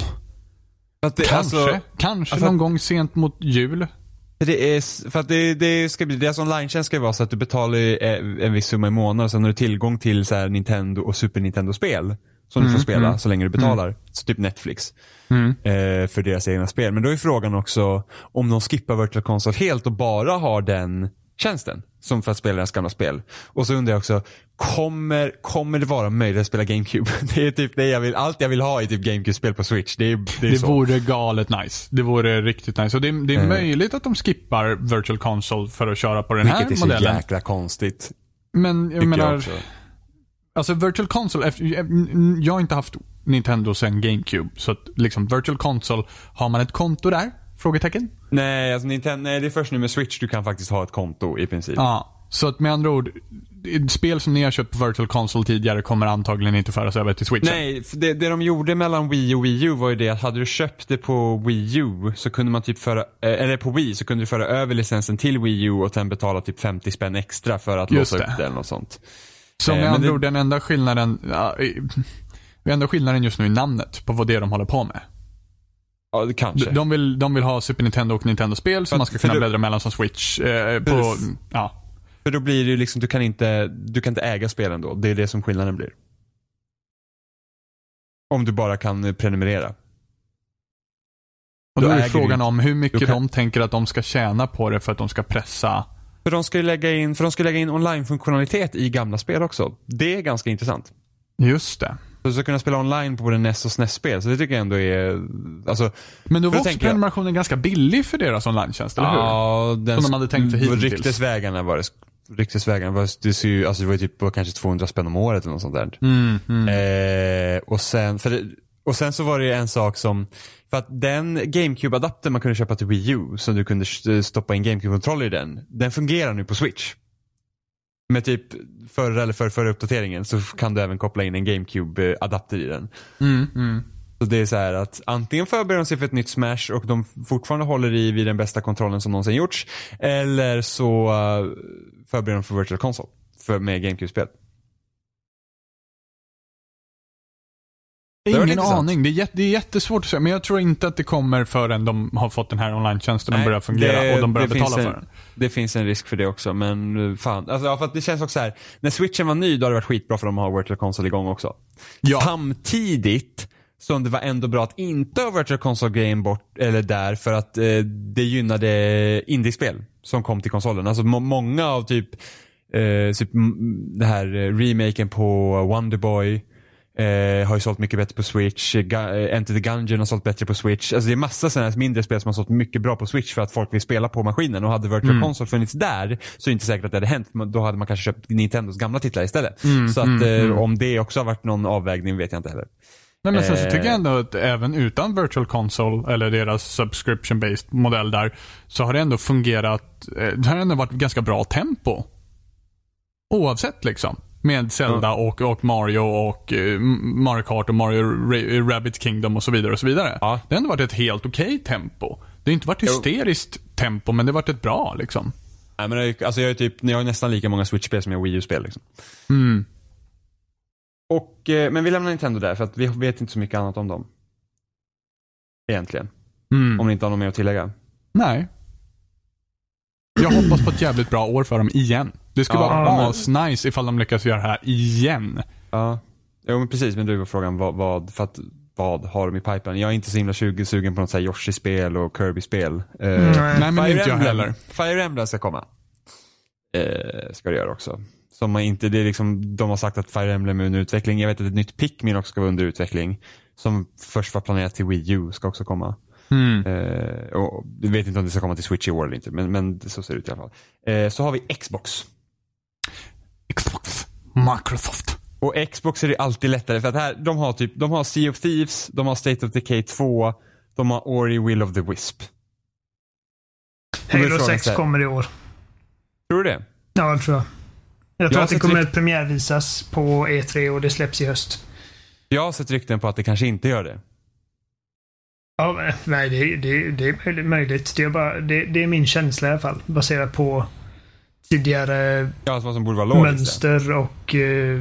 Speaker 1: kanske någon gång sent mot jul.
Speaker 2: Det är för att det ska bli deras online-tjänst ska vara så att du betalar en viss summa i månaden och sen har du tillgång till så här Nintendo och Super Nintendo-spel som du får spela så länge du betalar. Så typ Netflix för deras egna spel. Men då är frågan också om de skippar Virtual Console helt och bara har den tjänsten som för att spela deras gamla spel. Och så undrar jag också, kommer det vara möjligt att spela GameCube? Det är typ det allt jag vill ha i typ GameCube-spel på Switch. Det
Speaker 1: vore galet nice. Det vore riktigt nice. Och det är möjligt att de skippar Virtual Console för att köra på den här modellen.
Speaker 2: Vilket är så jäkla konstigt.
Speaker 1: Men jag menar, alltså Virtual Console, jag har inte haft Nintendo sen GameCube, så att liksom Virtual Console, har man ett konto där? Frågetecken?
Speaker 2: Nej, alltså nej, det är först nu med Switch du kan faktiskt ha ett konto i princip.
Speaker 1: Ja, så att med andra ord, spel som ni har köpt på Virtual Console tidigare kommer antagligen inte föras över till Switch.
Speaker 2: Nej, det de gjorde mellan Wii och Wii U var ju det att hade du köpt det på Wii U så kunde man typ eller på Wii så kunde du föra över licensen till Wii U och sen betala typ 50 spänn extra för att låsa upp det eller något sånt.
Speaker 1: Så med andra ord, den enda skillnaden just nu i namnet på vad det är de håller på med.
Speaker 2: Ja, det kanske.
Speaker 1: De vill ha Super Nintendo och Nintendo-spel som man ska kunna bläddra mellan som Switch
Speaker 2: För då blir det ju liksom, du kan inte äga spelen då. Det är det som skillnaden blir. Om du bara kan prenumerera.
Speaker 1: Och då är frågan om hur mycket de tänker att de ska tjäna på det för att de ska pressa.
Speaker 2: För de ska ju lägga in online-funktionalitet i gamla spel också. Det är ganska intressant.
Speaker 1: Just det.
Speaker 2: Så du ska kunna spela online på både NES och SNES-spel. Så det tycker jag ändå är... Alltså,
Speaker 1: men då var också prenumerationen ganska billig för deras online-tjänst, eller hur?
Speaker 2: Ja,
Speaker 1: som de hade tänkt för hittills.
Speaker 2: Ryktesvägarna var det ser ju, alltså det var ju typ kanske 200 spänn om året eller något sånt där. Och sen så var det en sak som, för att den GameCube-adapter man kunde köpa till Wii U, så du kunde stoppa in GameCube-kontroller i den fungerar nu på Switch. Med typ förra uppdateringen så kan du även koppla in en GameCube-adapter i den. Så det är så här att antingen förbereder de sig för ett nytt Smash och de fortfarande håller i vid den bästa kontrollen som någonsin gjorts, eller så förbereder de för Virtual Console med GameCube-spel.
Speaker 1: Ingen aning. Det är jättesvårt att säga, men jag tror inte att det kommer förrän de har fått den här online-tjänsten och börjar fungera och de börjar betala för den.
Speaker 2: Det finns en risk för det också, men fan. Alltså, för att det känns också så här, när Switchen var ny då hade det varit skitbra för dem att ha Virtual Console igång också. Ja. Samtidigt som det var ändå bra att inte ha Virtual Console-grejen bort eller där, för att det gynnade indiespel som kom till konsolen. Alltså många av typ det här remaken på Wonderboy har ju sålt mycket bättre på Switch. Enter the Gungeon har sålt bättre på Switch. Alltså det är massa sådana här mindre spel som har sålt mycket bra på Switch för att folk vill spela på maskinen. Och hade Virtual Console funnits där så är det inte säkert att det hade hänt. Då hade man kanske köpt Nintendos gamla titlar istället. Så att om det också har varit någon avvägning vet jag inte heller.
Speaker 1: Nej, men sen så tycker jag ändå att även utan Virtual Console eller deras subscription-based modell där, så har det ändå fungerat, det har ändå varit ganska bra tempo. Oavsett liksom. Med Zelda och Mario och Mario Kart och Mario Rabbids Kingdom och så vidare och så vidare.
Speaker 2: Ja.
Speaker 1: Det har ändå varit ett helt okej tempo. Det har inte varit hysteriskt tempo, men det har varit ett bra liksom.
Speaker 2: Nej, men jag har nästan lika många Switch-spel som jag har Wii U-spel liksom. Men vi lämnar Nintendo där för att vi vet inte så mycket annat om dem. Egentligen. Om ni inte har något mer att tillägga.
Speaker 1: Nej. Jag hoppas på ett jävligt bra år för dem igen. Det skulle vara nice ifall de lyckas göra det här igen.
Speaker 2: Ja, men precis. Men du var frågan vad har de i pipeline? Jag är inte så himla sugen på något så här Yoshi-spel och Kirby-spel.
Speaker 1: Nej, men inte jag heller.
Speaker 2: Fire Emblem ska komma. Ska det göra också. Som man inte, det är liksom, de har sagt att Fire Emblem är under utveckling. Jag vet att ett nytt Pikmin också ska vara under utveckling. Som först var planerat till Wii U ska också komma. Och jag vet inte om det ska komma till Switch i år eller inte. Men så ser det ut i alla fall. Så har vi Xbox.
Speaker 1: Microsoft.
Speaker 2: Och Xbox är det alltid lättare för att här, de har Sea of Thieves, de har State of Decay 2, de har Ori Will of the Wisp.
Speaker 3: Halo 6 kommer i år.
Speaker 2: Tror du det?
Speaker 3: Ja, det tror jag. Jag tror att det kommer att premiärvisas på E3 och det släpps i höst.
Speaker 2: Jag har sett rykten på att det kanske inte gör det.
Speaker 3: Ja, nej, det är möjligt. Det är min känsla i alla fall. Baserat på tidigare
Speaker 2: vad som borde vara logiskt,
Speaker 3: mönster och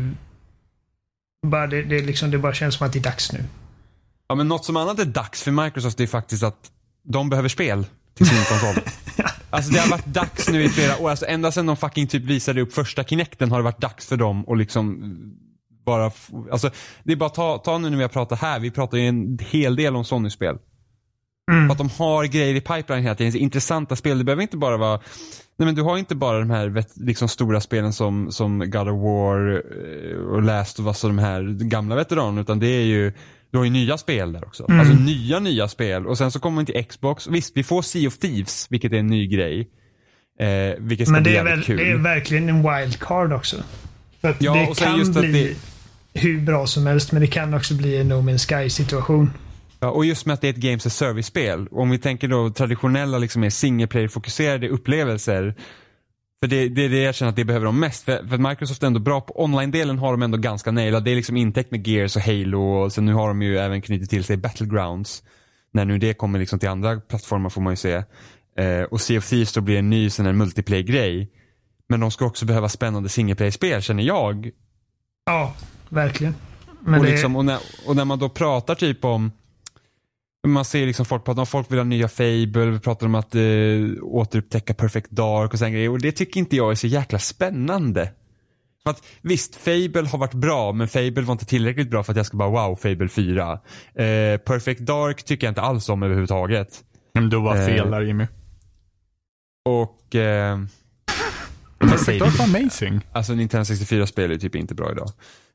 Speaker 3: det bara känns som att det är dags nu.
Speaker 2: Ja, men något som annat är dags för Microsoft är faktiskt att de behöver spel till sin konsol. Alltså det har varit dags nu i flera år. Alltså ända sedan de fucking typ visade upp första Kinecten har det varit dags för dem och liksom bara, alltså det är bara ta nu när vi pratar här. Vi pratar ju en hel del om Sony-spel. Att de har grejer i pipeline hela tiden. Intressanta spel. Det behöver inte bara vara... Nej, men du har inte bara de här liksom stora spelen som God of War och Last of Us och de här gamla veteranerna, utan det är ju, du har ju nya spel där också. Alltså nya spel. Och sen så kommer man till Xbox. Visst, vi får Sea of Thieves, vilket är en ny grej. Vilket ska bli jävligt kul.
Speaker 3: Det är verkligen en wildcard också. För att det kan bli hur bra som helst, men det kan också bli en No Man's Sky-situation.
Speaker 2: Ja, och just med att det är ett Games as Service-spel. Om vi tänker då traditionella liksom är single-player-fokuserade upplevelser. För det är det jag känner att det behöver de mest. För att Microsoft är ändå bra på online-delen, har de ändå ganska nailat. Det är liksom intäkt med Gears och Halo. Och sen nu har de ju även knutit till sig Battlegrounds. När nu det kommer liksom till andra plattformar får man ju se. Och Sea of Thieves då blir en ny sån här multiplayer-grej. Men de ska också behöva spännande single-player-spel, känner jag.
Speaker 3: Ja, verkligen. Men
Speaker 2: och, liksom, och när man då pratar typ om, man ser liksom folk vill ha nya Fable, vi pratar om att återupptäcka Perfect Dark och sån grejer, och det tycker inte jag är så jäkla spännande. För att visst, Fable har varit bra, men Fable var inte tillräckligt bra för att jag ska bara wow, Fable 4. Perfect Dark tycker jag inte alls om överhuvudtaget.
Speaker 1: Men du var fel där, Jimmy.
Speaker 2: Och
Speaker 1: Perfect Dark var amazing.
Speaker 2: Alltså Nintendo 64-spel är typ inte bra idag.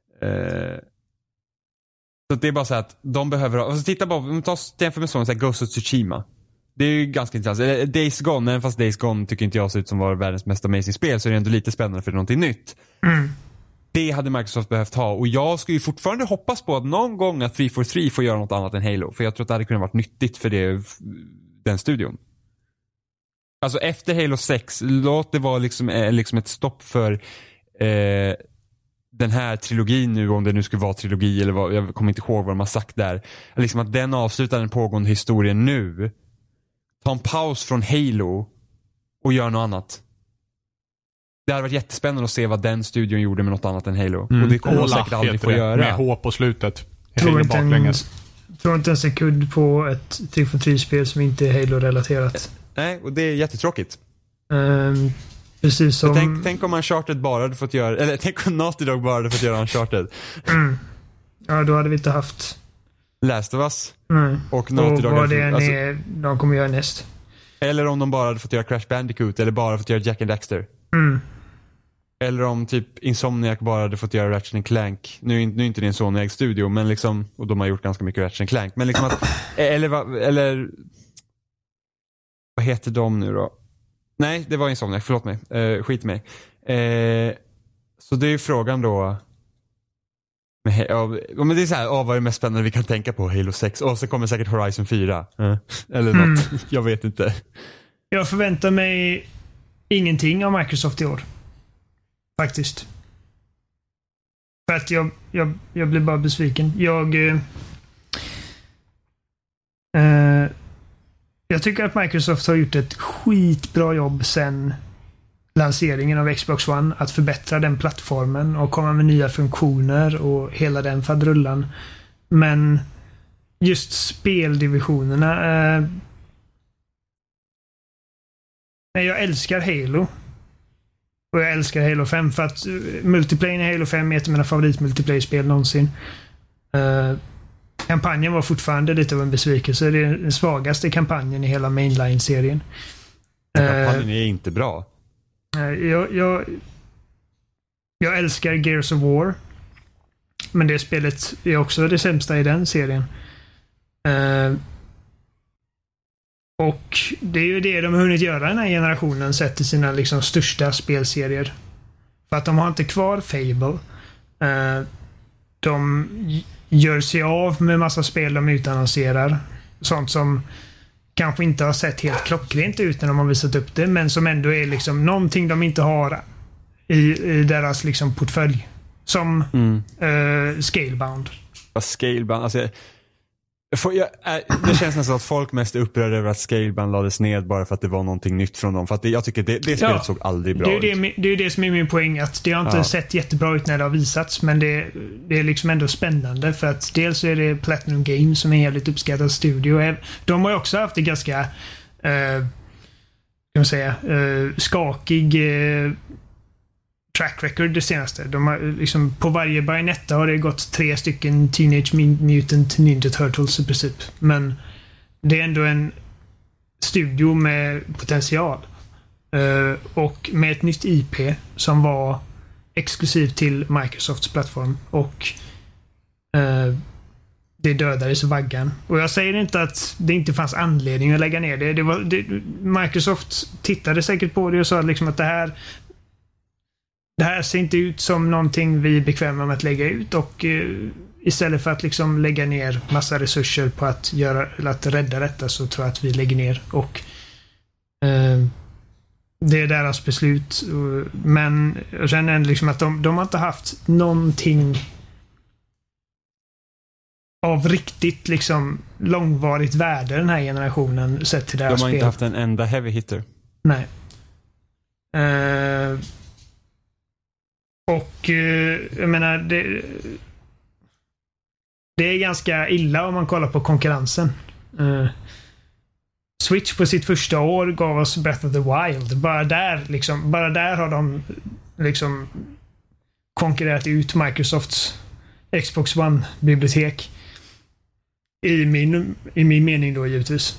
Speaker 2: Så det är bara så att de behöver ha, alltså titta bara, om vi tar jämför med sån så här Ghost of Tsushima. Det är ju ganska intressant. Days Gone, även fast Days Gone tycker inte jag ser ut som var världens mest amazing spel, så är det ändå lite spännande för det är någonting nytt. Det hade Microsoft behövt ha, och jag skulle ju fortfarande hoppas på att någon gång att 343 får göra något annat än Halo, för jag tror att det hade kunnat varit nyttigt för den studion. Alltså efter Halo 6, låt det vara liksom ett stopp för den här trilogin nu, om det nu skulle vara trilogi eller vad, jag kommer inte ihåg vad de har sagt där. Liksom att den avslutar den pågående historien nu. Ta en paus från Halo och gör något annat. Det hade varit jättespännande att se vad den studion gjorde med något annat än Halo. Och det kommer de säkert aldrig få göra.
Speaker 1: Med H på slutet.
Speaker 3: Tror inte en sekund på ett 343-spel som inte är Halo-relaterat.
Speaker 2: Nej, och det är jättetråkigt.
Speaker 3: Precis som...
Speaker 2: Tänk om Uncharted bara hade fått göra, eller tänk om Naughty Dog bara hade fått göra Uncharted.
Speaker 3: Ja, då hade vi inte haft
Speaker 2: Last of Us. Och Naughty Dog.
Speaker 3: Och vad det än är de kommer göra näst.
Speaker 2: Eller om de bara hade fått göra Crash Bandicoot, eller bara fått göra Jack and Daxter. Eller om typ Insomniac bara hade fått göra Ratchet & Clank. Nu är inte det en Sony-ägd studio, men liksom, och de har gjort ganska mycket Ratchet & Clank. Men liksom att, eller vad heter de nu då? Nej, det var Insomniac, förlåt mig. Skit mig. Så det är ju frågan då. Men det är så här, vad är det mest spännande vi kan tänka på? Halo 6. Och så kommer säkert Horizon 4. Eller något. Jag vet inte.
Speaker 3: Jag förväntar mig ingenting av Microsoft i år. Faktiskt. För att jag blir bara besviken. Jag tycker att Microsoft har gjort ett skitbra jobb sen lanseringen av Xbox One att förbättra den plattformen och komma med nya funktioner och hela den fadrullan. Men just speldivisionerna jag älskar Halo. Och jag älskar Halo 5 för att multiplayer i Halo 5 är ett av mina favoritmultiplayer-spel någonsin. Kampanjen var fortfarande lite av en besvikelse. Det är den svagaste kampanjen i hela mainline-serien.
Speaker 2: Kampanjen är inte bra.
Speaker 3: Jag älskar Gears of War. Men det spelet är också det sämsta i den serien. Och det är ju det de har hunnit göra den här generationen sett till sina liksom största spelserier. För att de har inte kvar Fable. De gör sig av med massa spel de utannonserar. Sånt som kanske inte har sett helt klockrent ut när de har visat upp det, men som ändå är liksom någonting de inte har i deras liksom portfölj. Som Scalebound.
Speaker 2: Scalebound, alltså det känns nästan att folk mest är upprörda över att Scalebound lades ned bara för att det var någonting nytt från dem. För att jag tycker det spelet såg aldrig bra ut.
Speaker 3: Det är ju det som är min poäng, att det har inte sett jättebra ut när det har visats, men det är liksom ändå spännande för att dels så är det Platinum Games som är en jävligt uppskattad studio. De har ju också haft det ganska kan man säga skakig track record det senaste. De har liksom, på varje Bayonetta har det gått 3 stycken Teenage Mutant Ninja Turtles i princip. Men det är ändå en studio med potential. Och med ett nytt IP som var exklusivt till Microsofts plattform. Och det dödades i vaggan. Och jag säger inte att det inte fanns anledning att lägga ner det. Microsoft tittade säkert på det och sa liksom att det här ser inte ut som någonting vi är bekväma med att lägga ut, och istället för att liksom lägga ner massa resurser på att rädda detta, så tror jag att vi lägger ner, och det är deras beslut. Men jag känner liksom att de har inte haft någonting av riktigt liksom långvarigt värde den här generationen sett till deras spel.
Speaker 2: De har inte haft en enda heavy hitter.
Speaker 3: Nej. Och jag menar det är ganska illa om man kollar på konkurrensen. Switch på sitt första år gav oss Breath of the Wild. Bara där har de liksom konkurrerat ut Microsofts Xbox One-bibliotek. I min mening då givetvis.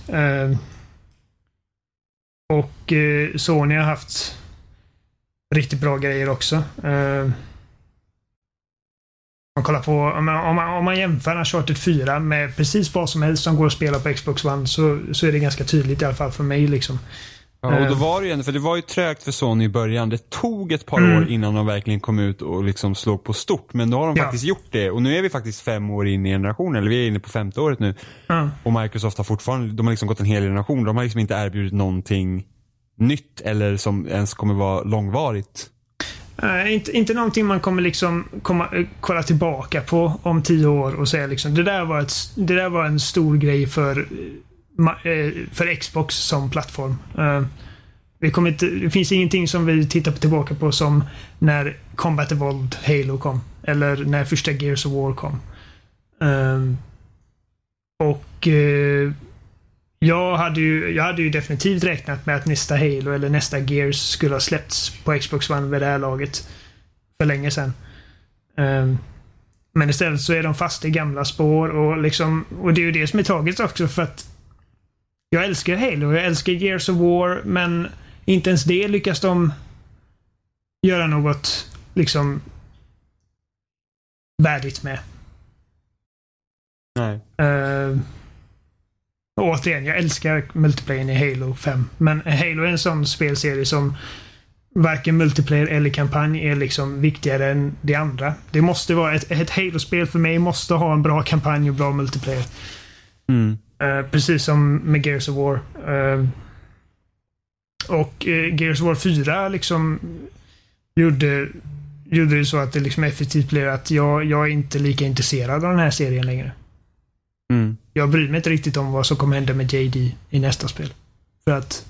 Speaker 3: Och Sony har haft riktigt bra grejer också. Man kollar på, om man jämför Uncharted 4 med precis vad som helst som går att spela på Xbox One, så är det ganska tydligt i alla fall för mig liksom.
Speaker 2: Ja, och då var det ju ändå, för det var ju trögt för Sony i början. Det tog ett par år innan de verkligen kom ut och liksom slog på stort. Men då har de faktiskt gjort det. Och nu är vi faktiskt 5 år in i generationen. Eller vi är inne på 5:e året nu. Och Microsoft har fortfarande, de har liksom gått en hel generation. De har liksom inte erbjudit någonting nytt eller som ens kommer vara långvarigt.
Speaker 3: Inte någonting man kommer liksom kolla tillbaka på om 10 år och säga liksom, det där var en stor grej för Xbox som plattform. Det finns ingenting som vi tittar tillbaka på som när Combat Evolved Halo kom, eller när första Gears of War kom. Jag hade ju definitivt räknat med att nästa Halo eller nästa Gears skulle ha släppts på Xbox One vid det här laget för länge sedan. Men istället så är de fast i gamla spår, och det är ju det som är tragiskt också, för att jag älskar Halo, jag älskar Gears of War, men inte ens det lyckas de göra något liksom värdigt med.
Speaker 2: Nej.
Speaker 3: Återigen, jag älskar multiplayern i Halo 5. Men Halo är en sån spelserie som varken multiplayer eller kampanj är liksom viktigare än det andra. Det måste vara ett Halo-spel för mig måste ha en bra kampanj och bra multiplayer. Precis som med Gears of War. Och Gears of War 4 liksom gjorde det så att det liksom effektivt blev att jag är inte lika intresserad av den här serien längre. Jag bryr mig inte riktigt om vad som kommer hända med JD i nästa spel. För att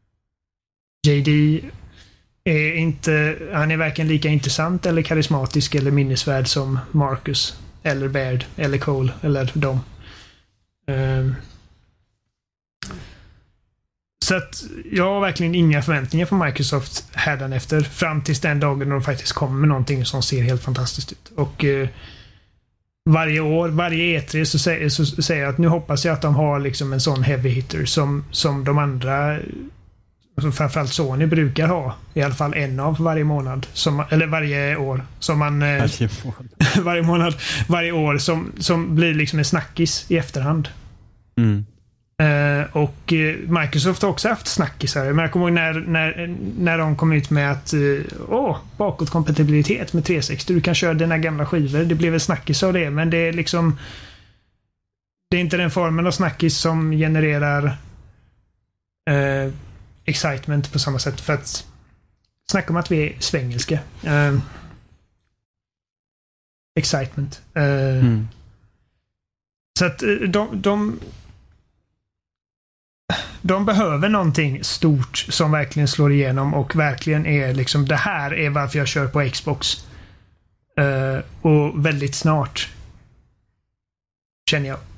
Speaker 3: JD han är varken lika intressant eller karismatisk eller minnesvärd som Marcus eller Baird eller Cole eller dem. Så att jag har verkligen inga förväntningar på Microsoft hädanefter fram tills den dagen när de faktiskt kommer med någonting som ser helt fantastiskt ut. Och varje år, varje E3 så säger jag att nu hoppas jag att de har liksom en sån heavy hitter som de andra, som framförallt Sony brukar ha. I alla fall en av varje månad. Eller varje år. Som man... varje år som blir liksom en snackis i efterhand. Och Microsoft har också haft snackisar. Men jag kommer ihåg när de kom ut med att bakåtkompatibilitet med 360. Du kan köra dina gamla skivor. Det blev en snackis av det. Men det är liksom... Det är inte den formen av snackis som genererar excitement på samma sätt. För att snacka om att vi är svengelska. Excitement. Så att de behöver någonting stort som verkligen slår igenom och verkligen är liksom det här är varför jag kör på Xbox. Och väldigt snart. Känner jag.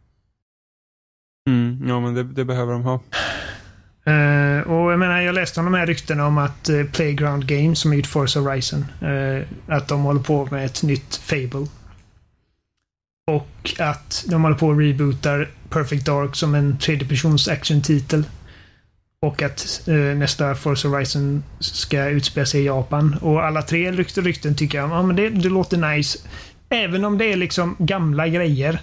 Speaker 2: Ja, men det behöver de ha.
Speaker 3: Och jag menar, jag läste om de här ryktena om att Playground Games som har gjort Forza Horizon att de håller på med ett nytt Fable. Och att de håller på att rebootar Perfect Dark som en tredjepersons action-titel. Och att nästa Forza Horizon ska utspela sig i Japan. Och alla tre rykten tycker jag, men det låter nice. Även om det är liksom gamla grejer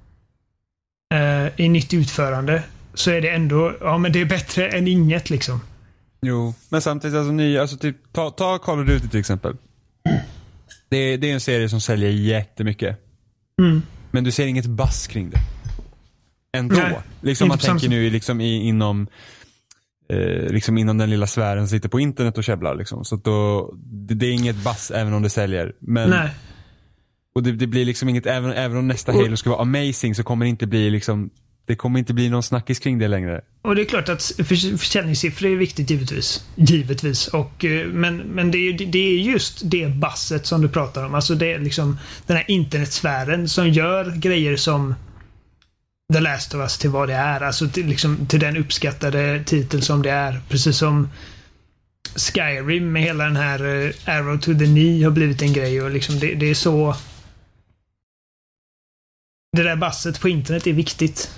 Speaker 3: i nytt utförande så är det ändå, men det är bättre än inget liksom.
Speaker 2: Jo, men samtidigt typ, ta Call of Duty till exempel. Det är en serie som säljer jättemycket. Men du ser inget buzz kring det. Ändå.
Speaker 3: Nej,
Speaker 2: liksom man tänker nu liksom inom den lilla sfären som sitter på internet och käbblar liksom. Så då, det är inget buzz även om det säljer. Men,
Speaker 3: nej.
Speaker 2: Och det blir liksom inget, även om nästa Halo ska vara amazing så kommer det inte bli liksom, det kommer inte bli någon snackis kring det längre. Och
Speaker 3: det är klart att försäljningssiffror är viktigt givetvis. Och, men det är just det basset som du pratar om. Alltså det är liksom den här internetsfären som gör grejer som The Last of Us till vad det är. Alltså till den uppskattade titel som det är. Precis som Skyrim med hela den här Arrow to the Knee har blivit en grej. Och liksom det är så... Det där basset på internet är viktigt.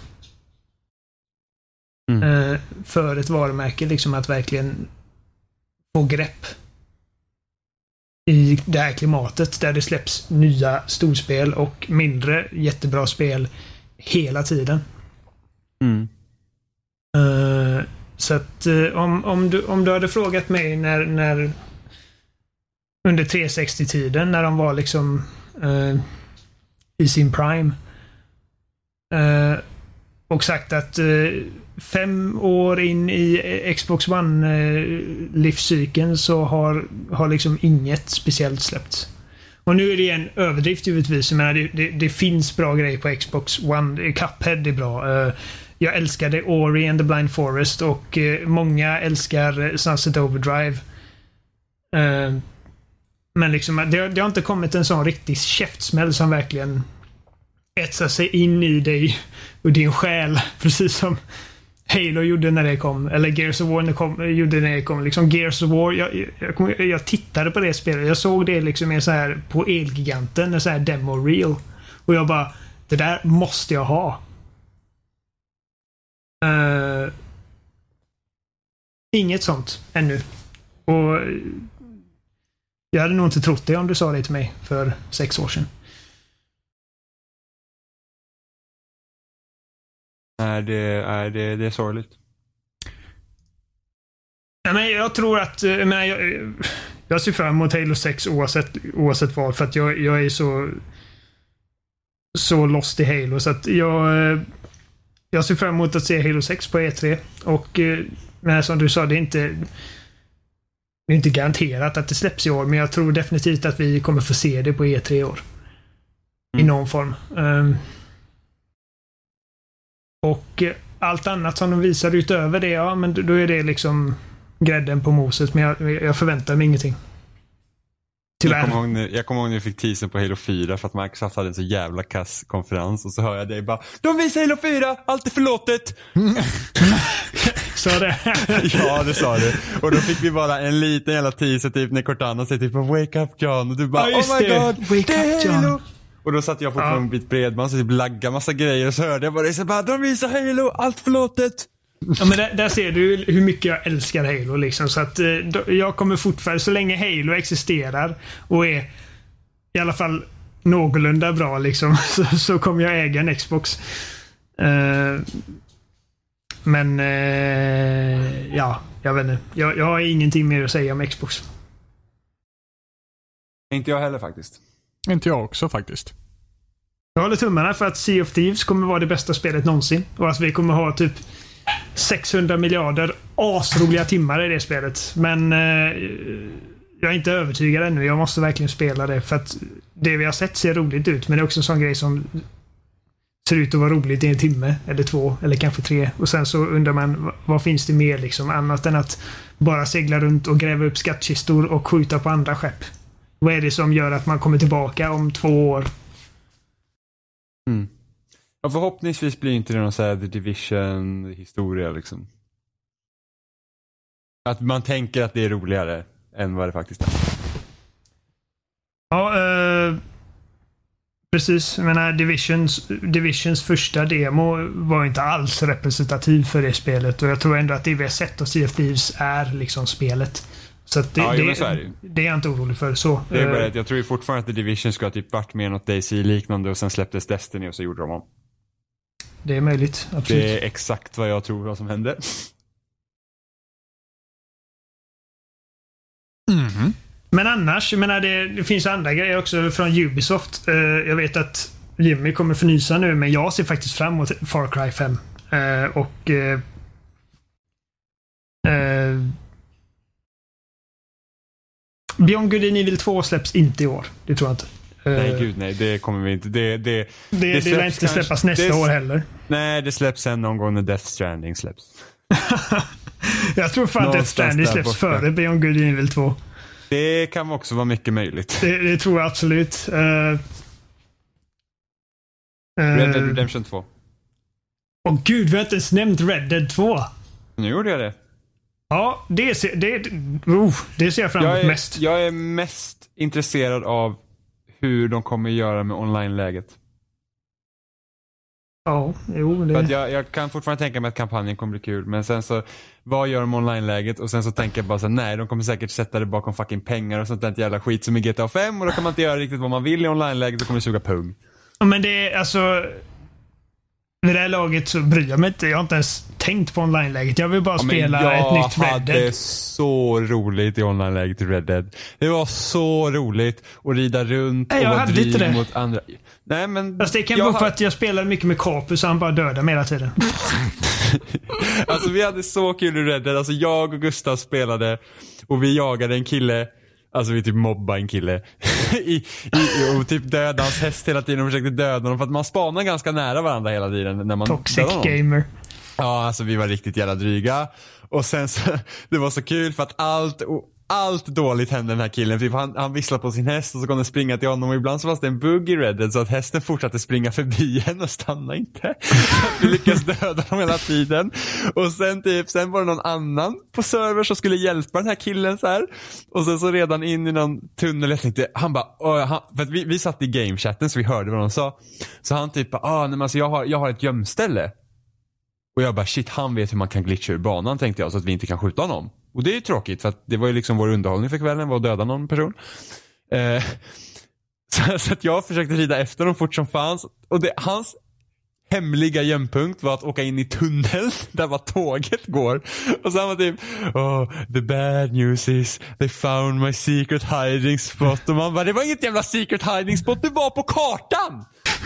Speaker 3: För ett varumärke liksom att verkligen få grepp i det här klimatet där det släpps nya storspel och mindre jättebra spel hela tiden. Så att om du hade frågat mig när under 360-tiden när de var liksom i sin prime och sagt att 5 år in i Xbox One-livscykeln så har liksom inget speciellt släppts. Och nu är det en överdrift givetvis. Jag menar, det finns bra grejer på Xbox One. Cuphead är bra. Jag älskade Ori and the Blind Forest och många älskar Sunset Overdrive. Men liksom, det har inte kommit en sån riktig käftsmäll som verkligen etsar sig in i dig och din själ. Precis som Halo gjorde när det kom. Eller Gears of War gjorde när det kom. Liksom Gears of War, jag tittade på det spelet. Jag såg det liksom så här på Elgiganten, en så här demo reel. Och jag bara, det där måste jag ha. Inget sånt ännu. Och jag hade nog inte trott det om du sa det till mig för 6 år sedan.
Speaker 2: Nej, det är sorgligt.
Speaker 3: Nej, men jag tror att jag ser fram emot Halo 6 oavsett vad, för att jag är så lost i Halo, så att jag ser fram emot att se Halo 6 på E3. Och som du sa, det är inte garanterat att det släpps i år, men jag tror definitivt att vi kommer få se det på E3 i år. I någon form. Och allt annat som de visar utöver det, ja, men då är det liksom grädden på moset, men jag förväntar mig ingenting. Tyvärr.
Speaker 2: Jag kommer ihåg när vi fick teasen på Halo 4 för att Microsoft hade en så jävla kass konferens, och så hör jag dig bara, de visar Halo 4, allt är förlåtet.
Speaker 3: Sa det?
Speaker 2: Ja, det sa du. Och då fick vi bara en liten jävla teaser typ när Cortana säger typ wake up John, och du bara, oh my god,
Speaker 3: wake up John.
Speaker 2: Och då satt jag på en bit bredband så typ lagga massa grejer, och så hörde jag bara det, så bara, de visar Halo, allt förlåtet.
Speaker 3: Ja, men där ser du hur mycket jag älskar Halo liksom, så att jag kommer fortfarande, så länge Halo existerar och är i alla fall någorlunda bra liksom, så kommer jag äga en Xbox. Men ja, jag vet inte. Jag har ingenting mer att säga om Xbox.
Speaker 2: Inte jag heller faktiskt.
Speaker 1: Inte jag också faktiskt.
Speaker 3: Jag håller tummarna för att Sea of Thieves kommer vara det bästa spelet någonsin, och att vi kommer ha typ 600 miljarder asroliga timmar i det spelet. Men jag är inte övertygad ännu. Jag måste verkligen spela det, för att det vi har sett ser roligt ut, men det är också en sån grej som ser ut att vara roligt i en timme eller 2 eller kanske 3, och sen så undrar man, vad finns det mer liksom, annat än att bara segla runt och gräva upp skattkistor och skjuta på andra skepp. Vad är det som gör att man kommer tillbaka om 2 år?
Speaker 2: Ja, förhoppningsvis blir inte det någon så här The Division historia liksom. Att man tänker att det är roligare än vad det faktiskt är.
Speaker 3: Ja, precis. Jag menar, Divisions första demo var inte alls representativ för det spelet, och jag tror ändå att det vi har sett av Sea of Thieves är liksom spelet. Så att det är jag inte orolig för. Så,
Speaker 2: det är bara att jag tror fortfarande att The Division ska ha typ varit med något DayZ-liknande, och sen släpptes Destiny och så gjorde de om.
Speaker 3: Det är möjligt, absolut.
Speaker 2: Det är exakt vad jag tror vad som hände.
Speaker 1: Mm-hmm.
Speaker 3: Men annars, jag menar, det finns andra grejer också från Ubisoft. Jag vet att Jimmy kommer förnysa nu, men jag ser faktiskt fram emot Far Cry 5. Beyond Good and Evil 2 släpps inte i år. Det tror jag inte.
Speaker 2: Nej, gud nej. Det kommer vi inte. Det
Speaker 3: lär inte släppas nästa år heller.
Speaker 2: Nej, det släpps sen någon gång när Death Stranding släpps.
Speaker 3: Jag tror fan att Death Stranding släpps före Beyond Good and Evil 2.
Speaker 2: Det kan också vara mycket möjligt.
Speaker 3: Det tror jag absolut.
Speaker 2: Red Dead Redemption 2.
Speaker 3: Åh gud, vi har inte ens nämnt Red Dead 2.
Speaker 2: Nu gjorde jag det.
Speaker 3: Ja, det ser jag fram emot mest.
Speaker 2: Jag är mest intresserad av hur de kommer göra med online-läget.
Speaker 3: Ja, jo.
Speaker 2: För att jag kan fortfarande tänka mig att kampanjen kommer bli kul, men sen så, vad gör de online-läget? Och sen så tänker jag bara så, nej, de kommer säkert sätta det bakom fucking pengar och sånt där jävla skit som i GTA 5, och då kan man inte göra riktigt vad man vill i online-läget, och kommer suga pung.
Speaker 3: Men det är alltså, vid det här laget så bryr jag mig inte. Jag har inte ens tänkt på online-läget. Jag vill bara spela ett nytt Red Dead.
Speaker 2: Jag hade så roligt i online-läget i Red Dead. Det var så roligt att rida runt och vara dryg mot andra. Nej, men
Speaker 3: fast det kan bero på att jag spelade mycket med Capus, så han bara dödade mig hela tiden.
Speaker 2: Alltså vi hade så kul i Red Dead. Alltså jag och Gustav spelade och vi jagade en kille. Alltså vi typ mobbade en kille och typ dödade hans häst hela tiden och försökte döda honom, för att man spanar ganska nära varandra hela tiden när man
Speaker 3: toxic gamer.
Speaker 2: Ja, alltså vi var riktigt jävla dryga. Och sen så, det var så kul för att allt dåligt hände den här killen. Typ han visslade på sin häst och så kom den springa till honom, och ibland så fanns det en bugg i Red Dead så att hästen fortsatte springa förbi henne och stanna inte. Vi lyckades döda dem hela tiden. Och sen var det någon annan på server som skulle hjälpa den här killen så här. Och sen så redan in i någon tunnel, jag tänkte, han bara, för att vi satt i gamechatten så vi hörde vad de sa. Så han typ, nej men alltså jag har ett gömställe. Och jag bara, shit, han vet hur man kan glitcha ur banan, tänkte jag, så att vi inte kan skjuta honom. Och det är ju tråkigt, för att det var ju liksom vår underhållning för kvällen, var att döda någon person. Så att jag försökte rida efter dem fort som fanns. Och hemliga gömpunkt var att åka in i tunneln där var tåget går. Och så var typ, the bad news is they found my secret hiding spot. Och man bara, det var inget jävla secret hiding spot, det var på kartan.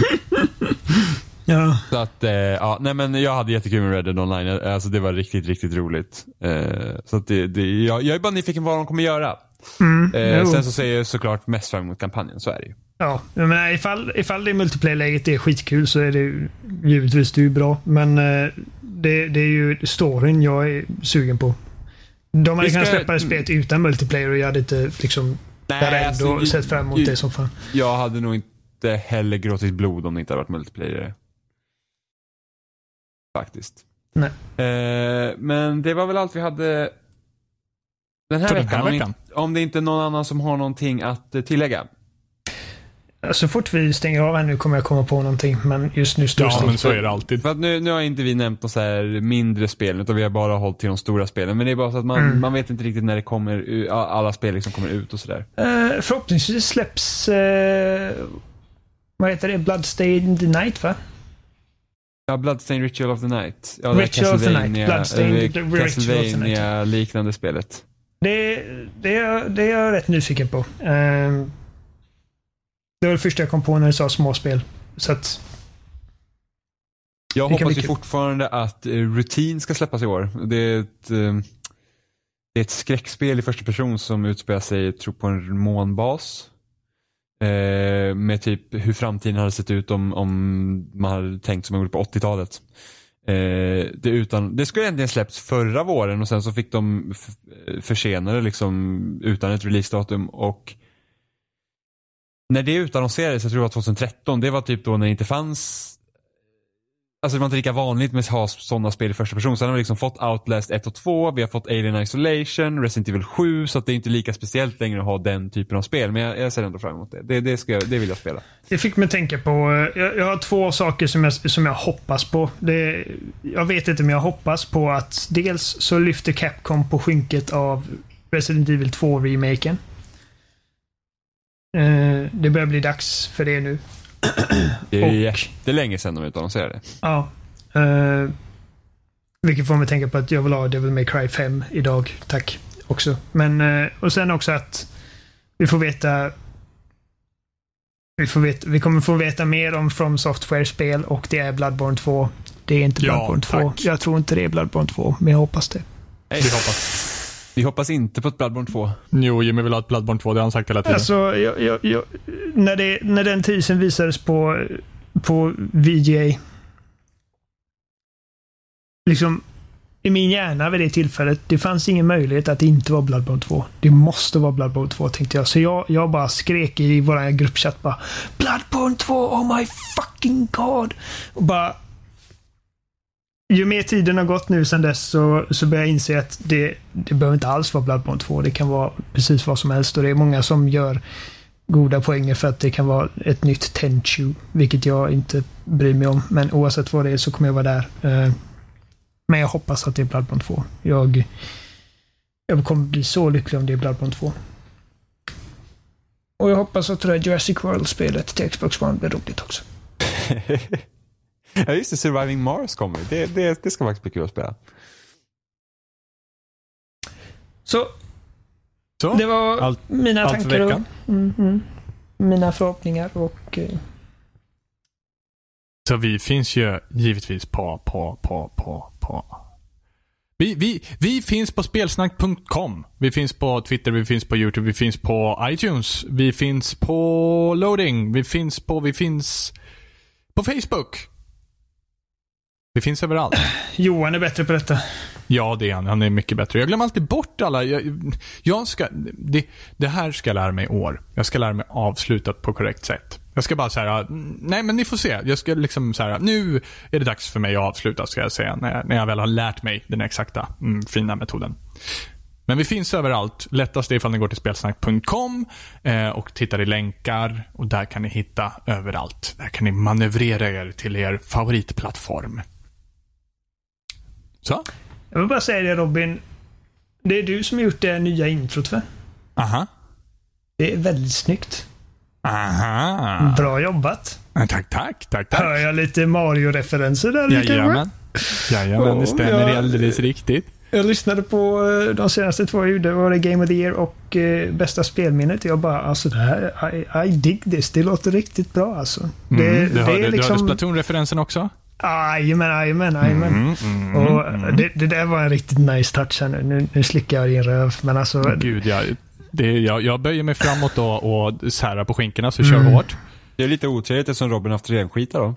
Speaker 3: Ja.
Speaker 2: Så att, nej men jag hade jättekul med Red Dead Online. Alltså det var riktigt, riktigt roligt. Så att jag är bara nyfiken på vad de kommer göra. Sen så säger jag såklart mest fram emot kampanjen, så är det ju.
Speaker 3: Ja, men ifall det multiplayer-läget är skitkul så är det ju givetvis det är ju bra. Men det är ju storyn jag är sugen på. De hade kunnat släppa det spelet utan multiplayer och jag hade inte liksom ändå sett fram emot det som fan.
Speaker 2: Jag hade nog inte heller gråtit blod om det inte hade varit multiplayer. Faktiskt.
Speaker 3: Nej.
Speaker 2: Men det var väl allt vi hade den här veckan. Om det inte är någon annan som har någonting att tillägga.
Speaker 3: Så fort vi stänger av här nu kommer jag komma på någonting, men just nu står
Speaker 1: Ja, men så är det alltid.
Speaker 2: För att nu har inte vi nämnt något så här mindre spel, utan vi har bara hållit till de stora spelen. Men det är bara så att man vet inte riktigt när det kommer alla spel liksom kommer ut och sådär.
Speaker 3: Förhoppningsvis släpps vad heter det? Bloodstained the Night, va?
Speaker 2: Ja, Bloodstained Ritual of the Night. Ja,
Speaker 3: Ritual of the Night. Bloodstained Ritual of the Night.
Speaker 2: Liknande spelet.
Speaker 3: Det är jag rätt nyfiken på. Det var det första jag kom på när du sa småspel. Så att
Speaker 2: jag hoppas ju fortfarande att Routine ska släppas i år. Det är ett skräckspel i första person som utspelar sig, tror på en månbas. Med typ hur framtiden hade sett ut om man hade tänkt som man gjorde på 80-talet. Det skulle egentligen släppts förra våren och sen så fick de försenade liksom utan ett releasedatum, och när det utannonserades, jag tror det var 2013, det var typ då när det inte fanns, alltså det var inte lika vanligt med att ha sådana spel i första person. Sen har vi liksom fått Outlast 1 och 2, vi har fått Alien Isolation, Resident Evil 7, så att det är inte lika speciellt längre att ha den typen av spel, men jag ser ändå fram emot det. Det vill jag spela.
Speaker 3: Det fick mig tänka på, jag har två saker som jag hoppas på. Jag vet inte, men jag hoppas på att dels så lyfter Capcom på skynket av Resident Evil 2-remaken. Det börjar bli dags för det nu.
Speaker 2: Det är jättelänge sedan de utannonserade det.
Speaker 3: Ja. Vilket får mig tänka på att jag vill ha Devil May Cry 5 idag. Tack. Också. Men, och sen också att vi får veta vi kommer få veta mer om From Software-spel, och det är Bloodborne 2. Det är inte Bloodborne 2.
Speaker 1: Tack.
Speaker 3: Jag tror inte det är Bloodborne 2, men jag hoppas det.
Speaker 2: Nej, vi hoppas inte på ett Bloodborne 2.
Speaker 1: Jo, Jimmy vill ha ett Bloodborne 2, det har han sagt hela tiden.
Speaker 3: Alltså, när den teasern visades på VGA, liksom i min hjärna vid det tillfället, det fanns ingen möjlighet att det inte var Bloodborne 2. Det måste vara Bloodborne 2, tänkte jag. Så jag bara skrek i våra gruppchatt bara, Bloodborne 2, oh my fucking god! Och bara, ju mer tiden har gått nu sedan dess så börjar jag inse att det behöver inte alls vara Bloodborne 2. Det kan vara precis vad som helst, och det är många som gör goda poänger för att det kan vara ett nytt Tenchu, vilket jag inte bryr mig om. Men oavsett vad det är så kommer jag vara där. Men jag hoppas att det är Bloodborne 2. Jag kommer bli så lycklig om det är Bloodborne 2. Och jag hoppas att det där Jurassic World-spelet till Xbox One blir roligt också.
Speaker 2: Ja, just det, Surviving Mars kommer. Det ska faktiskt bli kul att spela.
Speaker 3: Så det var mina tankar och mina förhoppningar och
Speaker 1: så vi finns ju givetvis på vi finns på spelsnack.com. Vi finns på Twitter, vi finns på YouTube, vi finns på iTunes, vi finns på Loading, vi finns på Facebook. Vi finns överallt.
Speaker 3: Johan är bättre på detta.
Speaker 1: Ja, det är han. Han är mycket bättre. Jag glömmer alltid bort alla. Det här ska jag lära mig i år. Jag ska lära mig avslutat på korrekt sätt. Jag ska bara säga, nej men ni får se. Jag ska liksom säga, nu är det dags för mig att avsluta, ska jag säga. När jag väl har lärt mig den exakta fina metoden. Men vi finns överallt. Lättast är ifall ni går till spelsnack.com och tittar i länkar. Och där kan ni hitta överallt. Där kan ni manövrera er till er favoritplattform. Så?
Speaker 3: Jag vill bara säga det, Robin. Det är du som har gjort det nya introt, va?
Speaker 1: Aha.
Speaker 3: Det är väldigt snyggt.
Speaker 1: Aha.
Speaker 3: Bra jobbat.
Speaker 1: Tack.
Speaker 3: Hör jag lite Mario-referenser där?
Speaker 1: Jajamän, det stämmer alldeles riktigt.
Speaker 3: Jag lyssnade på de senaste 2 ljuden, var det Game of the Year och bästa spelminnet. Jag bara, alltså det här, I dig this. Det låter riktigt bra alltså.
Speaker 1: Du hörde Splatoon-referensen också?
Speaker 3: Jajamän. Och det där var en riktigt nice touch här nu slickar jag i en röv. Men alltså...
Speaker 1: Gud, jag böjer mig framåt då och särar på skinkorna så kör hårt.
Speaker 2: Det är lite otrevligt som Robin haft renskita då.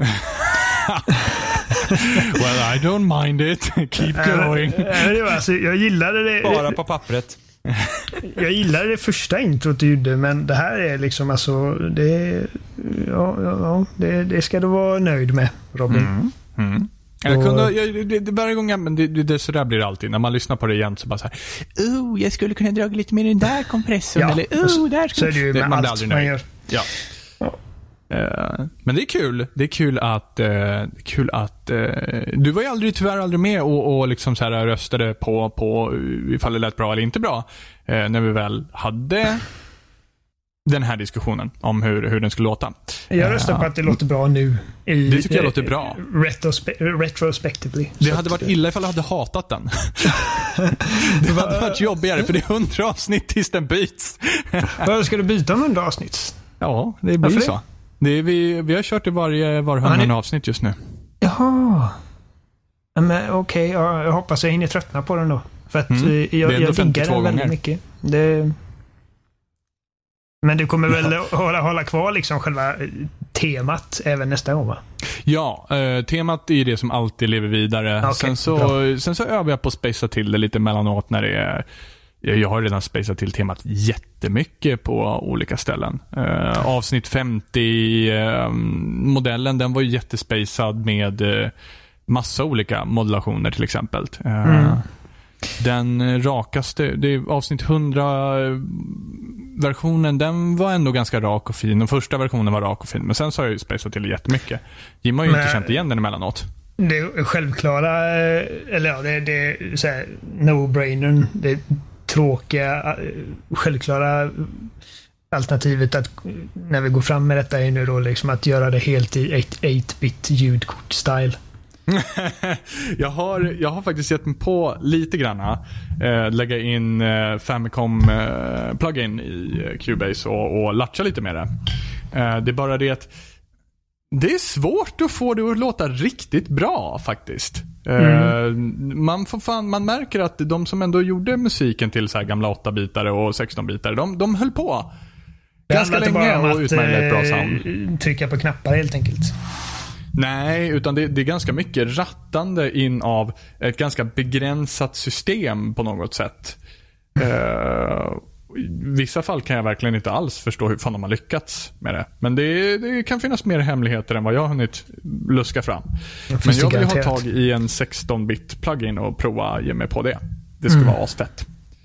Speaker 1: Well, I don't mind it. Keep going.
Speaker 3: Alltså, jag gillade det.
Speaker 2: Bara på pappret.
Speaker 3: Jag gillade det första introt du gjorde, men det här är liksom alltså det ska du vara nöjd med, Robin.
Speaker 1: Varje gång, men det så där blir det alltid. När man lyssnar på det igen så bara så här, jag skulle kunna dra lite mer i den där kompressorn eller där
Speaker 3: så är det ju med
Speaker 1: man
Speaker 3: allt man gör.
Speaker 1: Ja. Men det är kul. Det är kul att du var ju tyvärr aldrig med och liksom så här röstade på ifall det lät bra eller inte bra när vi väl hade den här diskussionen om hur den skulle låta. Jag
Speaker 3: röstar på att det låter bra nu.
Speaker 1: Det tycker jag låter bra.
Speaker 3: Retrospectively.
Speaker 1: Det hade varit illa ifall jag hade hatat den. Det hade varit jobbigare för det är 100 avsnitt tills den byts.
Speaker 3: Ska du byta om 100 avsnitt?
Speaker 1: Ja, det blir så. Vi har kört det var 100 avsnitt just nu.
Speaker 3: Jaha. Men okej, jag hoppas jag hinner tröttna på den då. För att jag diggar den väldigt mycket. Men du kommer väl hålla kvar liksom själva temat även nästa gång, va?
Speaker 1: Ja, temat är det som alltid lever vidare. Okay, sen så övar jag på att spacea till det lite mellanåt när det är... Jag har redan spaceat till temat jättemycket på olika ställen. Avsnitt 50 modellen, den var ju jättespacad med massa olika modulationer till exempel. Den rakaste, det är avsnitt 100 versionen, den var ändå ganska rak och fin. Den första versionen var rak och fin, men sen så har jag ju spaceat till jättemycket. Jim har ju inte känt igen den emellanåt.
Speaker 3: Det är självklara, eller ja, det är så här no-brainern, det tråkiga, självklara alternativet att när vi går fram med detta är nu då liksom att göra det helt i 8-bit ljudkort-style.
Speaker 1: Jag har faktiskt gett mig på lite granna lägga in Famicom plugin i Cubase och latcha lite med det. Det är bara det att det är svårt att få det att låta riktigt bra faktiskt. Man märker att de som ändå gjorde musiken till så här gamla 8-bitare och 16-bitare, de höll på ganska länge och utmärkte ett bra sound.
Speaker 3: Trycka på knappar helt enkelt.
Speaker 1: Nej, utan det är ganska mycket rattande in av ett ganska begränsat system på något sätt. I vissa fall kan jag verkligen inte alls förstå hur fan de har lyckats med det. Men det kan finnas mer hemligheter än vad jag har hunnit luska fram. Men jag vill ha tag i en 16-bit plugin och prova ge mig på det. Det ska vara asfett.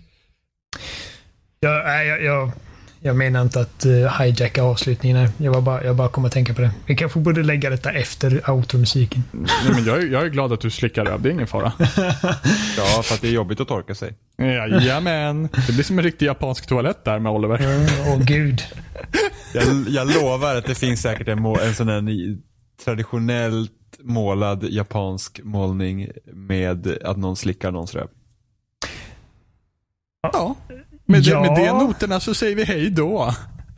Speaker 3: Jag menar inte att hijacka avslutningen. Jag bara kommer att tänka på det. Vi kanske borde lägga detta efter outro-musiken.
Speaker 1: Nej, men jag är glad att du slickar öv. Det är ingen fara.
Speaker 2: Ja, för att det är jobbigt att torka sig.
Speaker 1: Jajamän. Det blir som en riktig japansk toalett där med Oliver.
Speaker 3: Åh gud.
Speaker 2: Jag lovar att det finns säkert en sån här traditionellt målad japansk målning med att någon slickar någons röv.
Speaker 1: Ja. Med de noterna så säger vi hej då.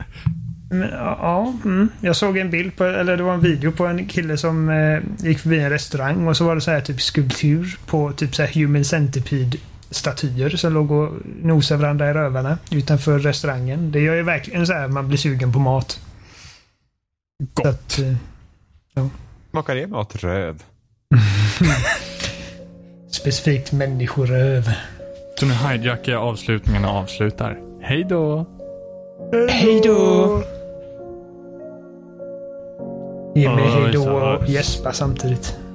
Speaker 3: Jag såg en bild på, eller det var en video på en kille som gick förbi en restaurang och så var det så här typ skulptur på typ så här Human Centipede statyer som låg och nosade varandra i rövarna utanför restaurangen. Det gör ju verkligen så här man blir sugen på mat.
Speaker 1: Gott.
Speaker 3: Att,
Speaker 2: Smakar det mat röv?
Speaker 3: Specifikt människoröv.
Speaker 1: Så nu hijackar jag avslutningen och avslutar. Hej då!
Speaker 3: Hej då! Ge mig hej då och gäspa samtidigt.